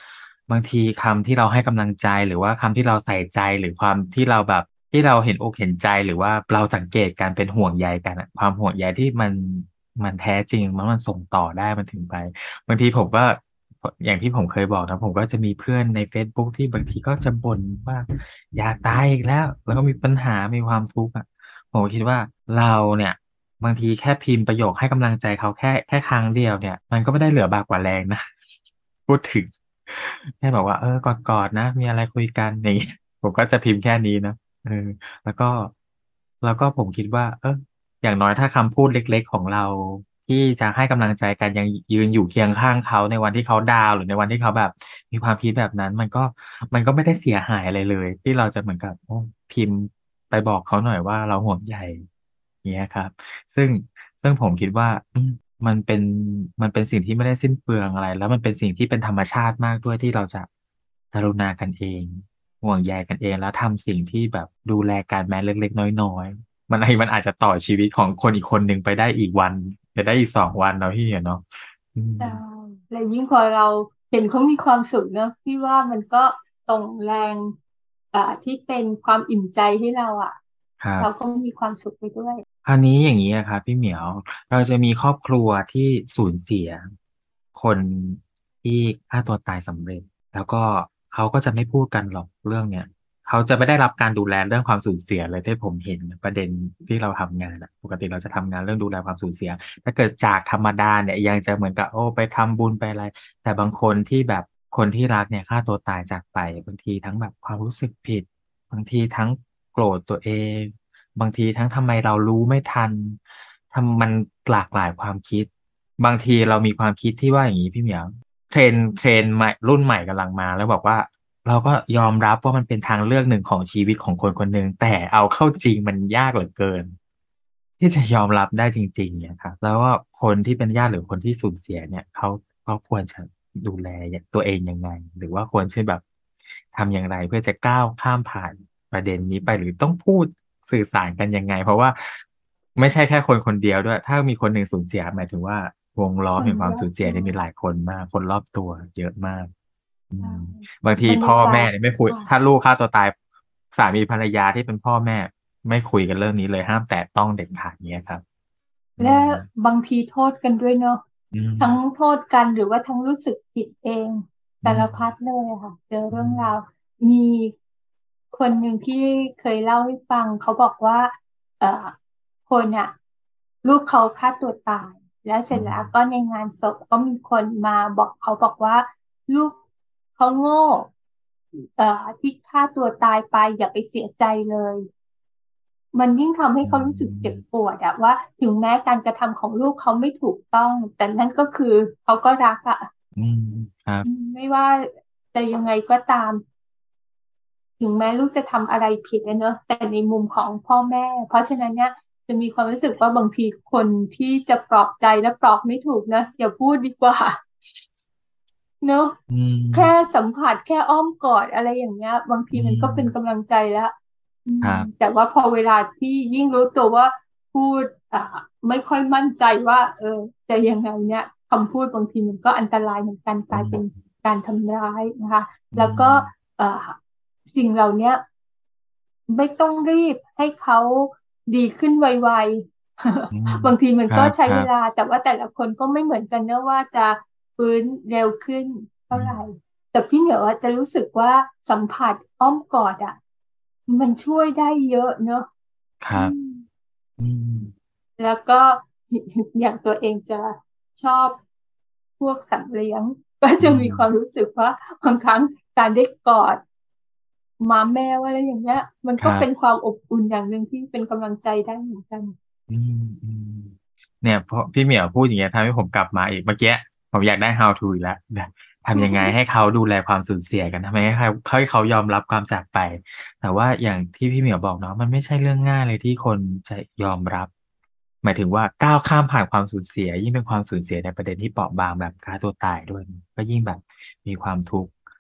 A: บางทีคำที่เราให้กำลังใจหรือว่าคำที่เราใส่ใจหรือความที่เราแบบที่เราเห็นอกเห็นใจหรือว่าเราสังเกตการเป็นห่วงใยกันอะความห่วงใยที่มันมันแท้จริงมันมันส่งต่อได้มันถึงไปบางทีผมก็อย่างที่ผมเคยบอกนะผมก็จะมีเพื่อนใน เฟซบุ๊ก ที่บางทีก็จะบ่นว่าอยากตายอีกแล้วแล้วก็มีปัญหามีความทุกข์อ่ะผมก็คิดว่าเราเนี่ยบางทีแค่พิมพ์ประโยคให้กำลังใจเขาแค่แค่ครั้งเดียวเนี่ยมันก็ไม่ได้เหลือบากกว่าแรงนะ พูดถึงแค่บอกว่าเออกอดๆนะมีอะไรคุยกันอย่างเงี้ยผมก็จะพิมพ์แค่นี้นะเออแล้วก็แล้วก็ผมคิดว่าเอออย่างน้อยถ้าคำพูดเล็กๆของเราที่จะให้กำลังใจกันยังยืนอยู่เคียงข้างเขาในวันที่เขาดาวน์หรือในวันที่เขาแบบมีความคิดแบบนั้นมันก็มันก็ไม่ได้เสียหายอะไรเลยที่เราจะเหมือนกับโอ้พิมพ์ไปบอกเขาหน่อยว่าเราห่วงใยอย่างเงี้ยครับซึ่งซึ่งผมคิดว่าอืม มันเป็นมันเป็นสิ่งที่ไม่ได้สิ้นเปลืองอะไรแล้วมันเป็นสิ่งที่เป็นธรรมชาติมากด้วยที่เราจะกรุณากันเองห่วงใยกันเองแล้วทำสิ่งที่แบบดูแลกันแม้เล็กๆน้อยๆมันไอ้มันอาจจะต่อชีวิตของคนอีกคนหนึ่งไปได้อีกวันไปได้อีกสองวันเนาะพี่เนาะอืม
B: ใช่และยิ่งพอเราเห็นเขามีความสุขเนอะพี่ว่ามันก็ส่งแรงอ่าที่เป็นความอิ่มใจให้เราอ่ะเราก็
A: ครับ
B: มีความสุขไปด้วย
A: คราวนี้อย่างนี้นะครับพี่เหมียวเราจะมีครอบครัวที่สูญเสียคนที่ฆ่าตัวตายสำเร็จแล้วก็เขาก็จะไม่พูดกันหรอกเรื่องเนี้ยเขาจะไม่ได้รับการดูแลเรื่องความสูญเสียเลยที่ผมเห็นประเด็นที่เราทำงานอะปกติเราจะทำงานเรื่องดูแลความสูญเสียถ้าเกิดจากธรรมดาเนี่ยยังจะเหมือนกับโอ้ไปทำบุญไปอะไรแต่บางคนที่แบบคนที่รักเนี่ยฆ่าตัวตายจากไปบางทีทั้งแบบความรู้สึกผิดบางทีทั้งโกรธตัวเอง บางทีทั้งทำไมเรารู้ไม่ทันทำมันหลากหลายความคิดบางทีเรามีความคิดที่ว่าอย่างนี้พี่เหมียวเทรนเทรนใหม่รุ่นใหม่กำลังมาแล้วบอกว่าเราก็ยอมรับว่ามันเป็นทางเลือกหนึ่งของชีวิตของคนคนหนึ่งแต่เอาเข้าจริงมันยากเหลือเกินที่จะยอมรับได้จริงๆเนี่ยครับแล้วว่าคนที่เป็นญาติหรือคนที่สูญเสียเนี่ยเขาเขาควรจะดูแลตัวเองยังไงหรือว่าควรจะแบบทำอย่างไรเพื่อจะก้าวข้ามผ่าน ประเด็นนี้ไปหรือต้องพูดสื่อสารกันยังไงเพราะว่าไม่ใช่แค่คนคนเดียวด้วยถ้ามีคนหนึ่งสูญเสียหมายถึงว่าวงล้อ
B: คน
A: มแห่งความสูญเสีย
B: รอบตัว
A: เนี่ยมีหลายคนมากคนรอบตัวเยอะมากอื
B: ใช่
A: มบางที
B: บรร
A: พ่อแม่
B: ยากาศ
A: เนี่ยไม่คุย
B: ค่ะ
A: ถ้าลูกฆ่าตัวตายสามีภรรยาที่เป็นพ่อแม่ไม่คุยกันเรื่องนี้เลยห้ามแตะต้องเด็ดขาดเนี้ยครับอื
B: และ
A: ม
B: บางทีโทษกันด้วยเนาะ
A: อืม
B: ทั้งโทษกันหรือว่าทั้งรู้สึกผิดเอง
A: อื
B: สารพัด
A: ม
B: เลยอะค่ะเจอ
A: อื
B: เรื่องราว
A: ม
B: มีคนหนึ่งที่เคยเล่าให้ฟังเขาบอกว่าเอ่อคนอะลูกเขาฆ่าตัวตายแล้วเส
A: อื
B: ร็จแล้วก็
A: ม
B: ในงานศพก็มีคนมาบอกเขาบอกว่าลูกเขาโง่เอ่อที่ฆ่าตัวตายไปอย่าไปเสียใจเลย มันยิ่งทำให้
A: อื
B: เขารู้สึกเจ็บ
A: ม
B: ปวดอะว่าถึงแม้การกระทำของลูกเขาไม่ถูกต้องแต่นั่นก็คือเขาก็รักอะ
A: อืมครับ
B: อืมไม่ว่าจะยังไงก็ตามถึงแม้ลูกจะทำอะไรผิดนะเนอะแต่ในมุมของพ่อแม่เพราะฉะนั้นเนี่ยจะมีความรู้สึกว่าบางทีคนที่จะปลอบใจและปลอบไม่ถูกนะอย่าพูดดีกว่าเนอะ
A: อื
B: แค่
A: ม
B: สัมผัสแค่อ้อมกอดอะไรอย่างเงี้ยบางที
A: อื
B: มันก็เป็น
A: ม
B: กำลังใจแล้ว อืม
A: ครับ
B: แต่ว่าพอเวลาที่ยิ่งรู้ตัวว่าพูดอ่าไม่ค่อยมั่นใจว่าเออจะยังไงเนี่ยคำพูดบางทีมันก็อันตรายเหมือนกันก
A: อื
B: ลายเป็น
A: ม
B: การทำร้ายนะคะ
A: อื
B: แล้วก็
A: ม
B: เอ่อสิ่งเหล่าเนี้ยไม่ต้องรีบให้เขาดีขึ้นไวๆ
A: อืม
B: บางทีมันก็
A: ครับครับ
B: ใช้เวลาแต่ว่าแต่ละคนก็ไม่เหมือนกันเนอะว่าจะฟื้นเร็วขึ้น
A: อื
B: เท่าไหร่
A: ม
B: แต่พี่เหมียวอะจะรู้สึกว่าสัมผัสอ้อมกอดอ่ะมันช่วยได้เยอะเนอะ
A: ครับ
B: อืม
A: อืม
B: แล้วก็อย่างตัวเองจะชอบพวกสัตว์เลี้ยงก็
A: อื
B: จะมีความ
A: ม
B: รู้สึกว่าบางครั้งการได้กอดหมาแมวอะไรอย่างเงี้ยมันก็เป็นค
A: ครับ
B: วามอบอุ่นอย่างหนึ่งที่เป็นกำลังใจได้เหมือนกัน
A: อืมอืมเนี่ยพอพี่เหมียวพูดอย่างเงี้ยทำให้ผมกลับมาอีกเมื่อกี้ผมอยากได้ how to อีกแล้วเนี่ยทำยังไงให้เขาดูแลความสูญเสียกันทำไมให้เขาให้เขายอมรับความจากไปแต่ว่าอย่างที่พี่เหมียวบอกเนาะมันไม่ใช่เรื่องง่ายเลยที่คนจะยอมรับหมายถึงว่าก้าวข้ามผ่านความสูญเสียยิ่งเป็นความสูญเสียในประเด็นที่เปราะบางแบบฆ่าตัวตายด้วยก็ยิ่งแบบมีความทุกข์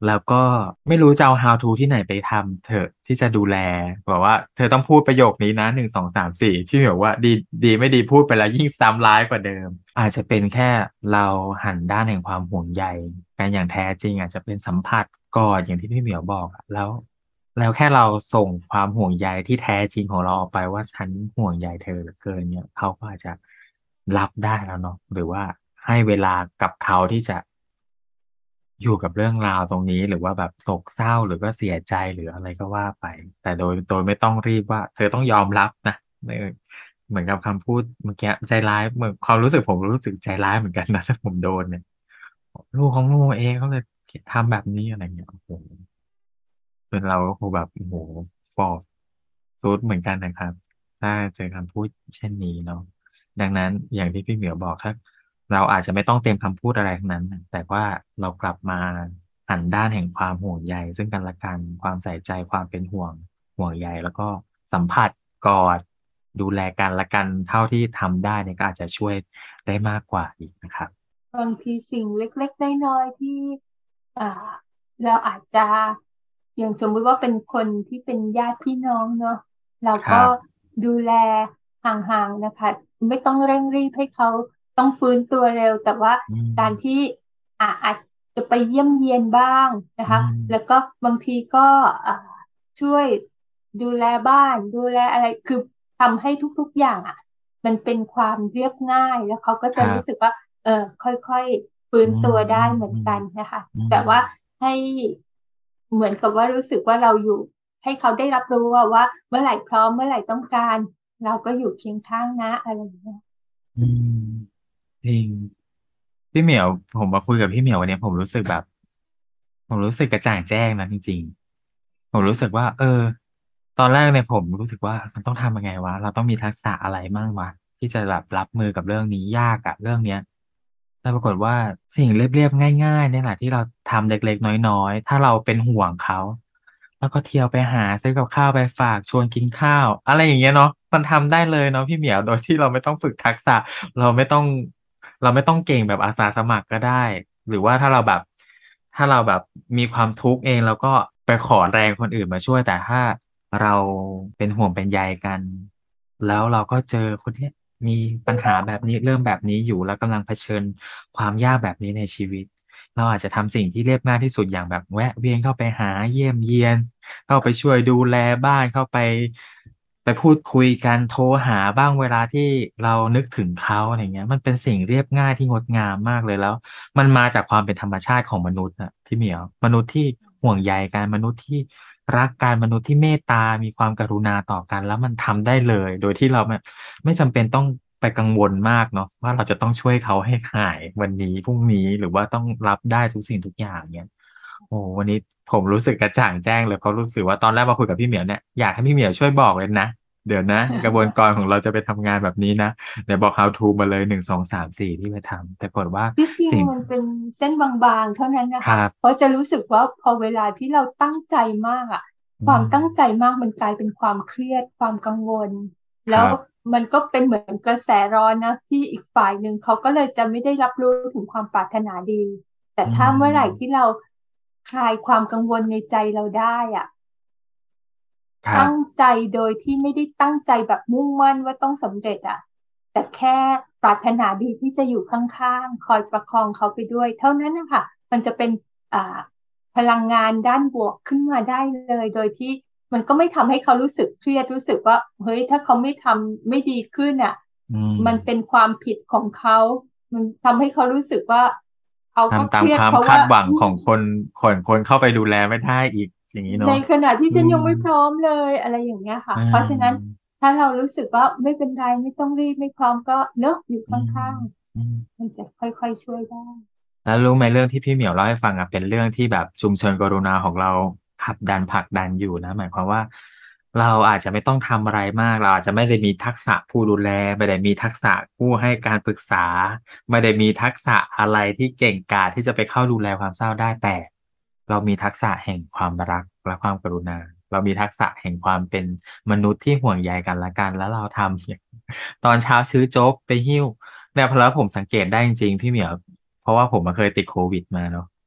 A: แล้วก็ไม่รู้จะเอา How to ที่ไหนไปทำเถอะที่จะดูแลแบบว่าเธอต้องพูดประโยคนี้นะหนึ่ง สอง สาม สี่ที่แบบว่าดีดีไม่ดีพูดไปแล้วยิ่งซ้ำร้ายกว่าเดิมอาจจะเป็นแค่เราหันด้านแห่งความห่วงใยกันอย่างแท้จริงอาจจะเป็นสัมผัสกอดอย่างที่พี่เหมียวบอกอะแล้วแล้วแค่เราส่งความห่วงใยที่แท้จริงของเราออกไปว่าฉันห่วงใยเธอเหลือเกินเนี่ยเขาก็อาจจะรับได้แล้วเนาะหรือว่าให้เวลากับเขาที่จะ อยู่กับเรื่องราวตรงนี้หรือว่าแบบโศกเศร้าหรือก็เสียใจหรืออะไรก็ว่าไปแต่โดยโดยไม่ต้องรีบว่าเธอต้องยอมรับนะเออเหมือนกับคำพูดเมื่อกี้ใจร้ายเหมือนความรู้สึกผมรู้สึกใจร้ายเหมือนกันนะถ้าผมโดนเนี่ยลูกของลูกเองเขาเลยทำแบบนี้อะไรเงี้ยโอ้โหเป็นเราก็คงแบบโอ้โหฟอร์ซูดเหมือนกันนะครับถ้าเจอคำพูดเช่นนี้เนาะดังนั้นอย่างที่พี่เหมียวบอกถ้า เราอาจจะไม่ต้องเตรียมคำพูดอะไรทั้งนั้นน่ะแต่ว่าเรากลับมาหันด้านแห่งความห่วงใยซึ่งกันและกันความใส่ใจความเป็นห่วงห่วงใยแล้วก็สัมผัสกอดดูแลกันและกันเท่าที่ทำได้เนี่ยก็อาจจะช่วยได้มากกว่าอีกนะครับ
B: บางทีสิ่งเล็กๆน้อยๆที่อ่าเราอาจจะอย่างสมมุติว่าเป็นคนที่เป็นญาติพี่น้องเนาะเราก็
A: ครับ
B: ดูแลห่างๆนะคะไม่ต้องเร่งรีบให้เขาต้องฟื้นตัวเร็วแต่ว่า
A: อืม
B: การที่อ่าอาจจะไปเยี่ยมเยียนบ้างนะ
A: อื
B: คะ
A: ม
B: แล้วก็บางทีก็อ่าช่วยดูแลบ้านดูแลอะไรคือทำให้ทุกๆอย่างอ่ะมันเป็นความเรียบง่ายแล้วเขาก็จะ
A: ครับ
B: รู้สึกว่า เออค่อยๆฟื้น
A: อืม
B: ตัวได้
A: อืมอืม
B: เหมือนกันนะคะ
A: อืม
B: แต่ว่าให้เหมือนกับว่ารู้สึกว่าเราอยู่ให้เขาได้รับรู้ว่าว่าเมื่อไหร่พร้อมเมื่อไหร่ต้องการเราก็อยู่เคียงข้างนะอะไรอย่างเงี้ย
A: อืมจริง พี่เหมียวผมมาคุยกับพี่เหมียววันนี้ผมรู้สึกแบบผมรู้สึกกระจ่างแจ้งนะจริงๆผมรู้สึกว่าเออตอนแรกเนี่ยผมรู้สึกว่ามันต้องทำยังไงวะเราต้องมีทักษะอะไรมั่งวะที่จะแบบรับมือกับเรื่องนี้ยากอะเรื่องเนี้ยแต่ปรากฏว่าสิ่งเรียบๆง่ายๆเนี่ยแหละที่เราทำเล็กๆน้อยๆถ้าเราเป็นห่วงเขาแล้วก็เที่ยวไปหาซื้อกับข้าวไปฝากชวนกินข้าวอะไรอย่างเงี้ยเนาะมันทำได้เลยเนาะพี่เหมียวโดยที่เราไม่ต้องฝึกทักษะ เราไม่ต้องเราไม่ต้องเก่งแบบอาสาสมัครก็ได้หรือว่าถ้าเราแบบถ้าเราแบบมีความทุกข์เองเราก็ไปขอแรงคนอื่นมาช่วยแต่ถ้าเราเป็นห่วงเป็นใยกันแล้วเราก็เจอคนเนี้ยมีปัญหาแบบนี้เรื่องแบบนี้อยู่แล้วกำลังเผชิญความยากแบบนี้ในชีวิตเราอาจจะทำสิ่งที่เรียบง่ายที่สุดอย่างแบบแวะเวียนเข้าไปหาเยี่ยมเยียน เข้าไปช่วยดูแลบ้านเข้าไปไปพูดคุยกันโทรหาบ้างเวลาที่เรานึกถึงเขาอะไรเงี้ยมันเป็นสิ่งเรียบง่ายที่งดงามมากเลยแล้วมันมาจากความเป็นธรรมชาติของมนุษย์อะพี่เหมียวมนุษย์ที่ห่วงใยกันมนุษย์ที่รักกันมนุษย์ที่เมตตามีความกรุณาต่อกันแล้วมันทำได้เลยโดยที่เราไม่ไม่จำเป็นต้องไปกังวลมากเนาะว่าเราจะต้องช่วยเขาให้หายวันนี้พรุ่งนี้หรือว่าต้องรับได้ทุกสิ่งทุกอย่างเนี้ย โอ้วันนี้ผมรู้สึกกระจ่างแจ้งเลยเพราะรู้สึกว่าตอนแรกมาคุยกับพี่เหมียวเนี่ยอยากให้พี่เหมียวช่วยบอกเลยนะเดี๋ยวนะกระบวนการของเราจะไปทำงานแบบนี้นะเดี๋ยวบอก How to มาเลยหนึ่งสองสามสี่ที่ไปทำแต่ปรากฏว่า
B: ที่จริง
A: สิ่ง
B: มันเป็นเส้นบางๆเท่านั้นนะคะ
A: ครับ
B: เพราะจะรู้สึกว่าพอเวลาที่เราตั้งใจมากอ่ะ
A: อื
B: ความ
A: ม
B: ตั้งใจมากมันกลายเป็นความเครียดความกังวลแล้ว
A: ครับ
B: มันก็เป็นเหมือนกระแสร้อนนะที่อีกฝ่ายหนึ่งเขาก็เลยจะไม่ได้รับรู้ถึงความปรารถนาดี แต่
A: อื
B: ถ้าเมื่อไหร่ที่
A: ม
B: เราคลายความกังวลในใจเราได้อะตั้ง
A: ครับ
B: ใจโดยที่ไม่ได้ตั้งใจแบบมุ่งมั่นว่าต้องสำเร็จอะแต่แค่ปรารถนาดีที่จะอยู่ข้างๆคอยประคองเขาไปด้วยเท่านั้นนะคะมันจะเป็นอ่าพลังงานด้านบวกขึ้นมาได้เลยโดยที่มันก็ไม่ทำให้เขารู้สึกเครียดรู้สึกว่าเฮ้ยถ้าเขาไม่ทำไม่ดีขึ้นอะ
A: อืม
B: มันเป็นความผิดของเขามันทำให้เขารู้สึกว่าเขาก็
A: ทำตาม
B: เครีย
A: ความคา
B: ดเพราะว่า
A: ดหวัง
B: อืม
A: ของคนคนคนเข้าไปดูแลไม่ได้อีกอย่างนี้
B: ใน
A: เนาะ
B: ขณะที่
A: อื
B: ฉันยั
A: ม
B: งไม่พร้อมเลยอะไรอย่างเงี้ยค่ะ
A: อื
B: เพราะฉะนั้น
A: ม
B: ถ้าเรารู้สึกว่าไม่เป็นไรไม่ต้องรีบไม่พร้อมก็เนอะอยู่
A: อืม
B: ข้าง
A: อืม
B: ๆมันจะค่อยๆช่วยได้
A: แล้วรู้ไหมเรื่องที่พี่เหมียวเล่าให้ฟังอ่ะเป็นเรื่องที่แบบชุมชนกรุณาของเราขับดันผลักดันอยู่นะหมายความว่าเราอาจจะไม่ต้องทำอะไรมากเราอาจจะไม่ได้มีทักษะผู้ดูแลไม่ได้มีทักษะผู้ให้การปรึกษาไม่ได้มีทักษะอะไรที่เก่งกาจที่จะไปเข้าดูแลความเศร้าได้แต่เรามีทักษะแห่งความรักและความกรุณาเรามีทักษะแห่งความเป็นมนุษย์ที่ห่วงใยกันและกันแล้วเราทำอย่างตอนเช้าซื้อโจ๊กไปหิ้วเนี่ยพอแล้วผมสังเกตได้จริงๆพี่เหมียว เพราะว่าผมมาเคยติดโควิดมาเนาะ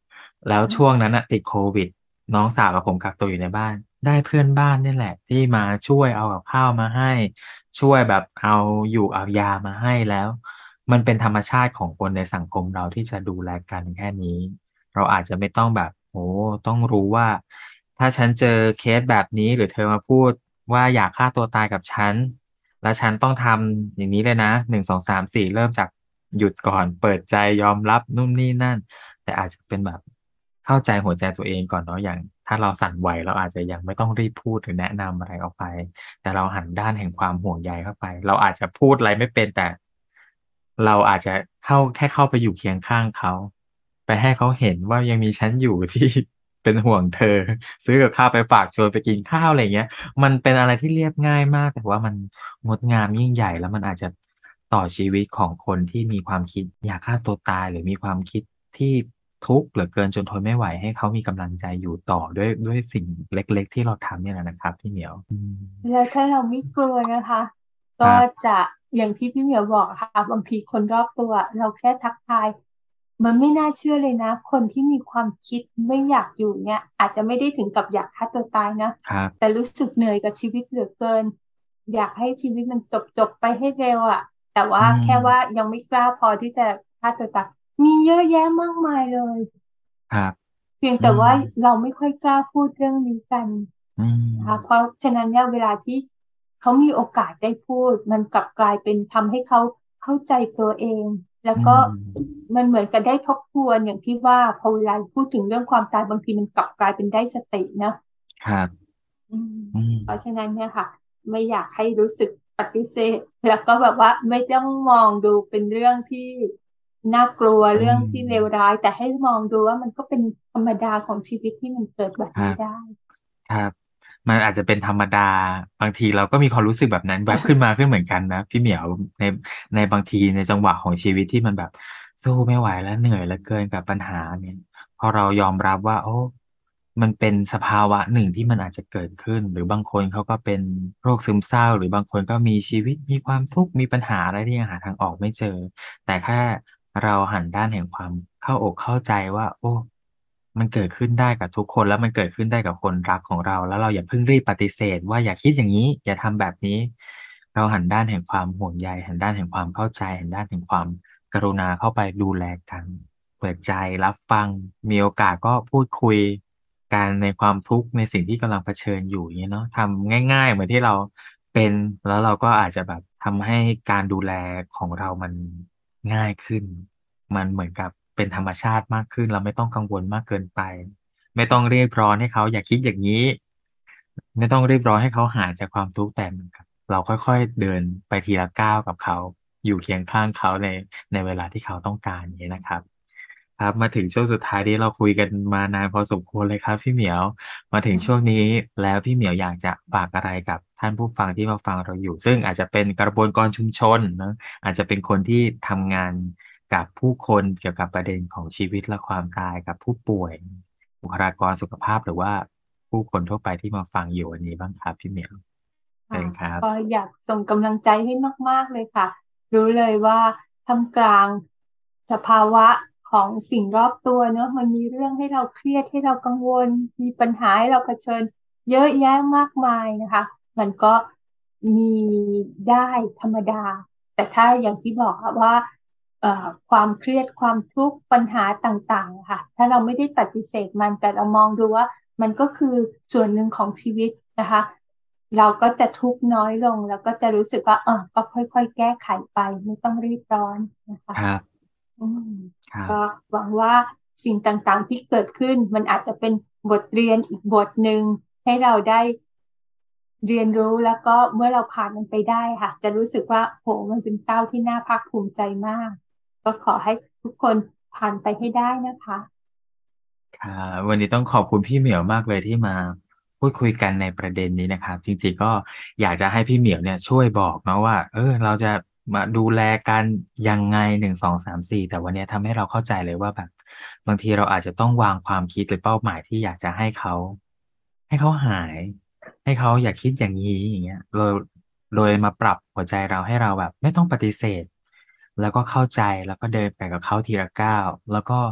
A: แล้วช่วงนั้นน่ะติดโควิดน้องสาวกับผมกักตัวอยู่ในบ้านได้เพื่อนบ้านเนี่ยแหละที่มาช่วยเอากับข้าวมาให้ช่วยแบบเอาอยู่เอายามาให้แล้วมันเป็นธรรมชาติของคนในสังคมเราที่จะดูแลกันแค่นี้เราอาจจะไม่ต้องแบบโอ้โฮต้องรู้ว่าถ้าฉันเจอเคสแบบนี้หรือเธอมาพูดว่าอยากฆ่าตัวตายกับฉัน แล้วฉันต้องทำอย่างนี้เลยนะหนึ่ง สอง สาม สี่เริ่มจากหยุดก่อนเปิดใจยอมรับนู่นนี่นั่นแต่อาจจะเป็นแบบเข้าใจหัวใจตัวเองก่อนเนาะอย่างถ้าเราสั่นไหวเราอาจจะยังไม่ต้องรีบพูดหรือแนะนำอะไรออกไปแต่เราหันด้านแห่งความห่วงใยเข้าไปเราอาจจะพูดอะไรไม่เป็นแต่เราอาจจะเข้าแค่เข้าไปอยู่เคียงข้างเขาไปให้เขาเห็นว่ายังมีฉันอยู่ที่เป็นห่วงเธอซื้อกับข้าวไปฝากชวนไปกินข้าวอะไรอย่างเงี้ย มันเป็นอะไรที่เรียบง่ายมากแต่ว่ามันงดงามยิ่งใหญ่แล้วมันอาจจะต่อชีวิตของคนที่มีความคิดอยากฆ่าตัวตายหรือมีความคิดที่ทุกข์เหลือเกินจนทนไม่ไหวให้เขามีกำลังใจอยู่ต่อด้วยด้วยสิ่งเล็กๆที่เราทำเนี่ยแหละนะครับพี่เหมียวอืม
B: แล้วถ้าเราไม่กลัวนะคะก็
A: ครับ
B: จะอย่างที่พี่เหมียวบอกอะค่ะบางทีคนรอบตัวเราแค่ทักทายมันไม่น่าเชื่อเลยนะคนที่มีความคิดไม่อยากอยู่เนี่ยอาจจะไม่ได้ถึงกับอยากฆ่าตัวตายนะแต่
A: ครับ
B: รู้สึกเหนื่อยกับชีวิตเหลือเกินอยากให้ชีวิตมันจบจบไปให้เร็วอะแต่ว่า
A: อืม
B: แค่ว่ายังไม่กล้าพอที่จะฆ่าตัวตายมีเยอะแยะมากมายเลย
A: ครับ
B: เพียง
A: อืม
B: แต่ว่าเราไม่ค่อยกล้าพูดเรื่องนี้กัน
A: อื
B: นะคะเพ
A: ม
B: ราะฉะนั้นเนี่ยเวลาที่เขามีโอกาสได้พูดมันกลับกลายเป็นทำให้เขาเข้าใจตัวเองแล้ว
A: อื
B: ก็
A: ม
B: มันเหมือนกับได้ทบทวนอย่างที่ว่าพอเวลาพูดถึงเรื่องความตายบางทีมันกลับกลายเป็นได้สตินะ
A: ครับ
B: อืม
A: อืม
B: เพราะฉะนั้นเนี่ยค่ะไม่อยากให้รู้สึกปฏิเสธแล้วก็แบบว่าไม่ต้องมองดูเป็นเรื่องที่น่ากลัว
A: อื
B: เรื่องที่เลว
A: ม
B: ร้ายแต่ให้มองดูว่ามันก็เป็นธรรมดาของชีวิตที่มันเกิดแบบ
A: ครับ
B: นี้ได้
A: ครับมันอาจจะเป็นธรรมดาบางทีเราก็มีความรู้สึกแบบนั้นแว็บขึ้นมาขึ้นเหมือนกันนะพี่เหมียวในในบางทีในจังหวะของชีวิตที่มันแบบสู้ไม่ไหวแล้วเหนื่อยเหลือเกินกับปัญหาเนี่ยพอเรายอมรับว่าโอ้มันเป็นสภาวะหนึ่งที่มันอาจจะเกิดขึ้นหรือบางคนเขาก็เป็นโรคซึมเศร้าหรือบางคนก็มีชีวิตมีความทุกข์มีปัญหาอะไรที่ยังหาทางออกไม่เจอแต่แค่เราหันด้านแห่งความเข้าอกเข้าใจว่าโอ้ มันเกิดขึ้นได้กับทุกคนแล้วมันเกิดขึ้นได้กับคนรักของเราแล้วเราอย่าเพิ่งรีบปฏิเสธว่าอย่าคิดอย่างนี้อย่าทำแบบนี้เราหันด้านแห่งความห่วงใยหันด้านแห่งความเข้าใจหันด้านแห่งความกรุณาเข้าไปดูแลกันเปิดใจรับฟังมีโอกาสก็พูดคุยกันในความทุกข์ในสิ่งที่กำลังเผชิญอยู่อย่างงี้เนาะทำง่ายๆเหมือนที่เราเป็นแล้วเราก็อาจจะแบบทำให้การดูแลของเรามันง่ายขึ้น มันเหมือนกับเป็นธรรมชาติมากขึ้นเราไม่ต้องกังวลมากเกินไปไม่ต้องรีบร้อนให้เขาอย่าคิดอย่างนี้ไม่ต้องรีบร้อนให้เขาหายจากความทุกข์แต่เหมือนกับเราค่อยๆเดินไปทีละก้าวกับเขาอยู่เคียงข้างเขาในในเวลาที่เขาต้องการอย่างงี้นะครับครับมาถึงช่วงสุดท้ายนี้เราคุยกันมานานพอสมควรเลยครับพี่เหมียวมาถึงช่วงนี้แล้วพี่เหมียวอยากจะฝากอะไรกับท่านผู้ฟังที่มาฟังเราอยู่ซึ่งอาจจะเป็นกระบวนกรชุมชนเนาะ อาจจะเป็นคนที่ทำงานกับผู้คนเกี่ยวกับประเด็นของชีวิตและความตายกับผู้ป่วยบุคลากรสุขภาพหรือว่าผู้คนทั่วไปที่มาฟังอยู่วันนี้บ้างครับพี่เหมียวเชิ
B: ค่ะ
A: ญครับ
B: ก็อยากส่งกำลังใจให้มากๆเลยค่ะรู้เลยว่าท่ามกลางสภาวะของสิ่งรอบตัวเนอะมันมีเรื่องให้เราเครียดให้เรากังวลมีปัญหาให้เราเผชิญเยอะแยะมากมายนะคะมันก็มีได้ธรรมดาแต่ถ้าอย่างที่บอกค่ะว่าเอ่อความเครียดความทุกข์ปัญหาต่างๆอะค่ะถ้าเราไม่ได้ปฏิเสธมันแต่เรามองดูว่ามันก็คือส่วนหนึ่งของชีวิตนะคะ เราก็จะทุกข์น้อยลงแล้วก็จะรู้สึกว่าเออก็ค่อยๆแก้ไขไปไม่ต้องรีบร้อนนะคะ
A: ครับ
B: อืมก็
A: ครับ
B: หวังว่าสิ่งต่างๆที่เกิดขึ้นมันอาจจะเป็นบทเรียนอีกบทหนึ่งให้เราได้เรียนรู้แล้วก็เมื่อเราผ่านมันไปได้ค่ะจะรู้สึกว่าโหมันเป็นก้าวที่น่าภาคภูมิใจมากก็ขอให้ทุกคนผ่านไปให้ได้นะคะ
A: ครับวันนี้ต้องขอบคุณพี่เหมียวมากเลยที่มาพูดคุยกันในประเด็นนี้นะครับจริงๆก็อยากจะให้พี่เหมียวเนี่ยช่วยบอกเนาะว่าเออเราจะมาดูแลกันยังไงหนึ่ง สอง สาม สี่แต่วันนี้ทำให้เราเข้าใจเลยว่าแบบบางทีเราอาจจะต้องวางความคิดหรือเป้าหมายที่อยากจะให้เขา ให้เขาหายให้เขาอย่าคิดอย่างนี้อย่างเงี้ยโดยโดยมาปรับหัวใจเราให้เราแบบไม่ต้องปฏิเสธแล้วก็เข้าใจแล้วก็เดินไปกับเขาทีละก้าวแล้วก็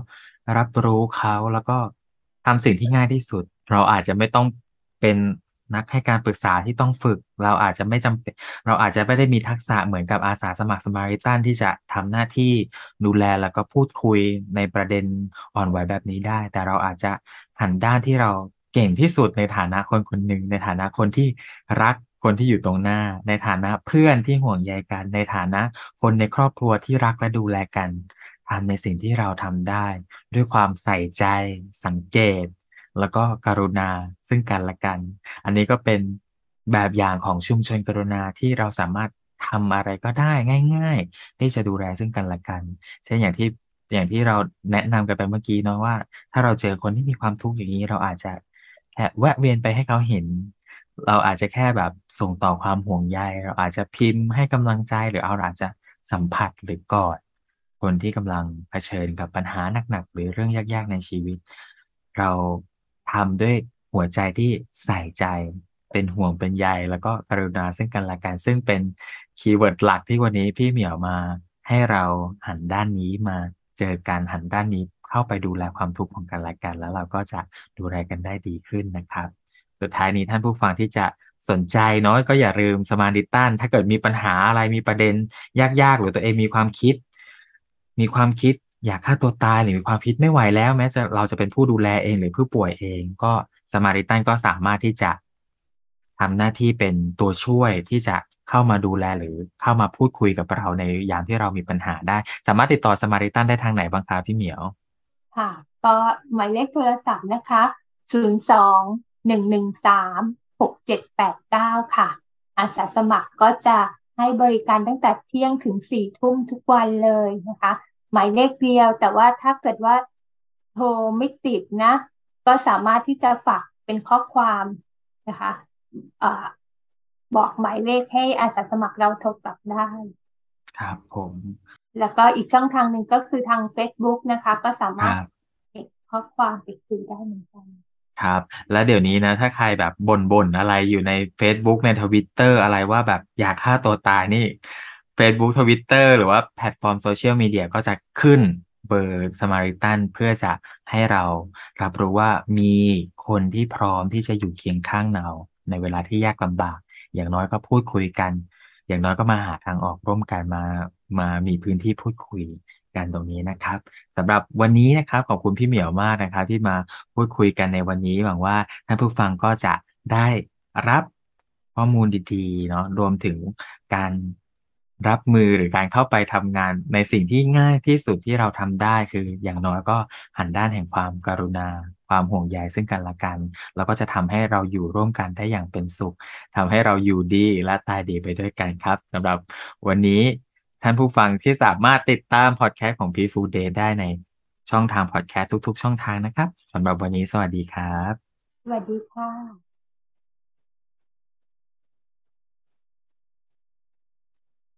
A: รับรู้เขาแล้วก็ทำสิ่งที่ง่ายที่สุดเราอาจจะไม่ต้องเป็นนักให้การปรึกษาที่ต้องฝึกเราอาจจะไม่จำเป็นเราอาจจะไม่ได้มีทักษะเหมือนกับอาสาสมัครสมาริตันที่จะทำหน้าที่ดูแลแล้วก็พูดคุยในประเด็นอ่อนไหวแบบนี้ได้แต่เราอาจจะหันด้านที่เราเก่งที่สุดในฐานะคนคนหนึ่งในฐานะคนที่รักคนที่อยู่ตรงหน้าในฐานะเพื่อนที่ห่วงใยกันในฐานะคนในครอบครัวที่รักและดูแลกันทำในสิ่งที่เราทำได้ด้วยความใส่ใจสังเกตแล้วก็กรุณาซึ่งกันและกันอันนี้ก็เป็นแบบอย่างของชุมชนกรุณาที่เราสามารถทำอะไรก็ได้ง่ายๆที่จะดูแลซึ่งกันและกันเช่นอย่างที่อย่างที่เราแนะนำกันไปเมื่อกี้เนาะว่าถ้าเราเจอคนที่มีความทุกข์อย่างนี้เราอาจจะแค่แวะเวียนไปให้เขาเห็นเราอาจจะแค่แบบส่งต่อความห่วงใยเราอาจจะพิมพ์ให้กำลังใจหรือเราอาจจะสัมผัสหรือกอดคนที่กำลังเผชิญกับปัญหาหนักๆหรือเรื่องยากๆในชีวิตเราทำด้วยหัวใจที่ใส่ใจเป็นห่วงเป็นใยแล้วก็กรุณาซึ่งกันและกันซึ่งเป็นคีย์เวิร์ดหลักที่วันนี้พี่เหมียวมาให้เราหันด้านนี้มาเจอการหันด้านนี้เข้าไปดูแลความทุกข์ของกันและกันแล้วเราก็จะดูแลกันได้ดีขึ้นนะครับ สุดท้ายนี้ท่านผู้ฟังที่จะสนใจเนาะก็อย่าลืมสมาริตันถ้าเกิดมีปัญหาอะไรมีประเด็นยากๆหรือตัวเองมีความคิดมีความคิดอยากฆ่าตัวตายหรือมีความคิดไม่ไหวแล้วแม้จะเราจะเป็นผู้ดูแลเองหรือผู้ป่วยเองก็สมาริตันก็สามารถที่จะทำหน้าที่เป็นตัวช่วยที่จะเข้ามาดูแลหรือเข้ามาพูดคุยกับเราในยามที่เรามีปัญหาได้สามารถติดต่อสมาริตันได้ทางไหนบ้างคะพี่เหมียว
B: ค่ะก็หมายเลขโทรศัพท์นะคะศูนย์ สอง หนึ่ง หนึ่ง สาม หก เจ็ด แปด เก้าค่ะอาสาสมัครก็จะให้บริการตั้งแต่เที่ยงถึงสี่ทุ่มทุกวันเลยนะคะหมายเลขเดียวแต่ว่าถ้าเกิดว่าโทรไม่ติดนะก็สามารถที่จะฝากเป็นข้อความนะคะเอ่อบอกหมายเลขให้อาสาสมัครเราโทรกลับได้
A: ครับผม
B: แล้วก็อีกช่องทางหนึ่งก็คือทาง เฟซบุ๊ก นะคะก็สา
A: ค
B: มารถ
A: รับ
B: เก็บข้อความไปคุยได้เหมือนกัน
A: ครับแล้วเดี๋ยวนี้นะถ้าใครแบบบ่นๆอะไรอยู่ใน เฟซบุ๊ก ใน ทวิตเตอร์ อะไรว่าแบบอยากฆ่าตัวตายนี่ เฟซบุ๊ก ทวิตเตอร์ หรือว่าแพลตฟอร์มโซเชียลมีเดียก็จะขึ้นเบอร์สมาริตันเพื่อจะให้เรารับรู้ว่ามีคนที่พร้อมที่จะอยู่เคียงข้างเราในเวลาที่ยากลำบากอย่างน้อยก็พูดคุยกันอย่างน้อยก็มาหาทางออกร่วมกันมามามีพื้นที่พูดคุยกันตรงนี้นะครับ สำหรับวันนี้นะครับขอบคุณพี่เหมียวมากนะครับที่มาพูดคุยกันในวันนี้หวังว่าท่านผู้ฟังก็จะได้รับข้อมูลดีๆเนาะรวมถึงการรับมือหรือการเข้าไปทำงานในสิ่งที่ง่ายที่สุดที่เราทำได้คืออย่างน้อยก็หันด้านแห่งความกรุณาความห่วงใยซึ่งกันและกันแล้วก็จะทำให้เราอยู่ร่วมกันได้อย่างเป็นสุขทำให้เราอยู่ดีและตายดีไปด้วยกันครับสำหรับวันนี้ ท่านผู้ฟังที่สามารถติดตามพอดแคสต์ของ Peaceful Day ได้ในช่องทางพอดแคสต์ทุกๆช่องทางนะครับสำหรับวันนี้สวัสดีครับ
B: สวัสดีค่ะ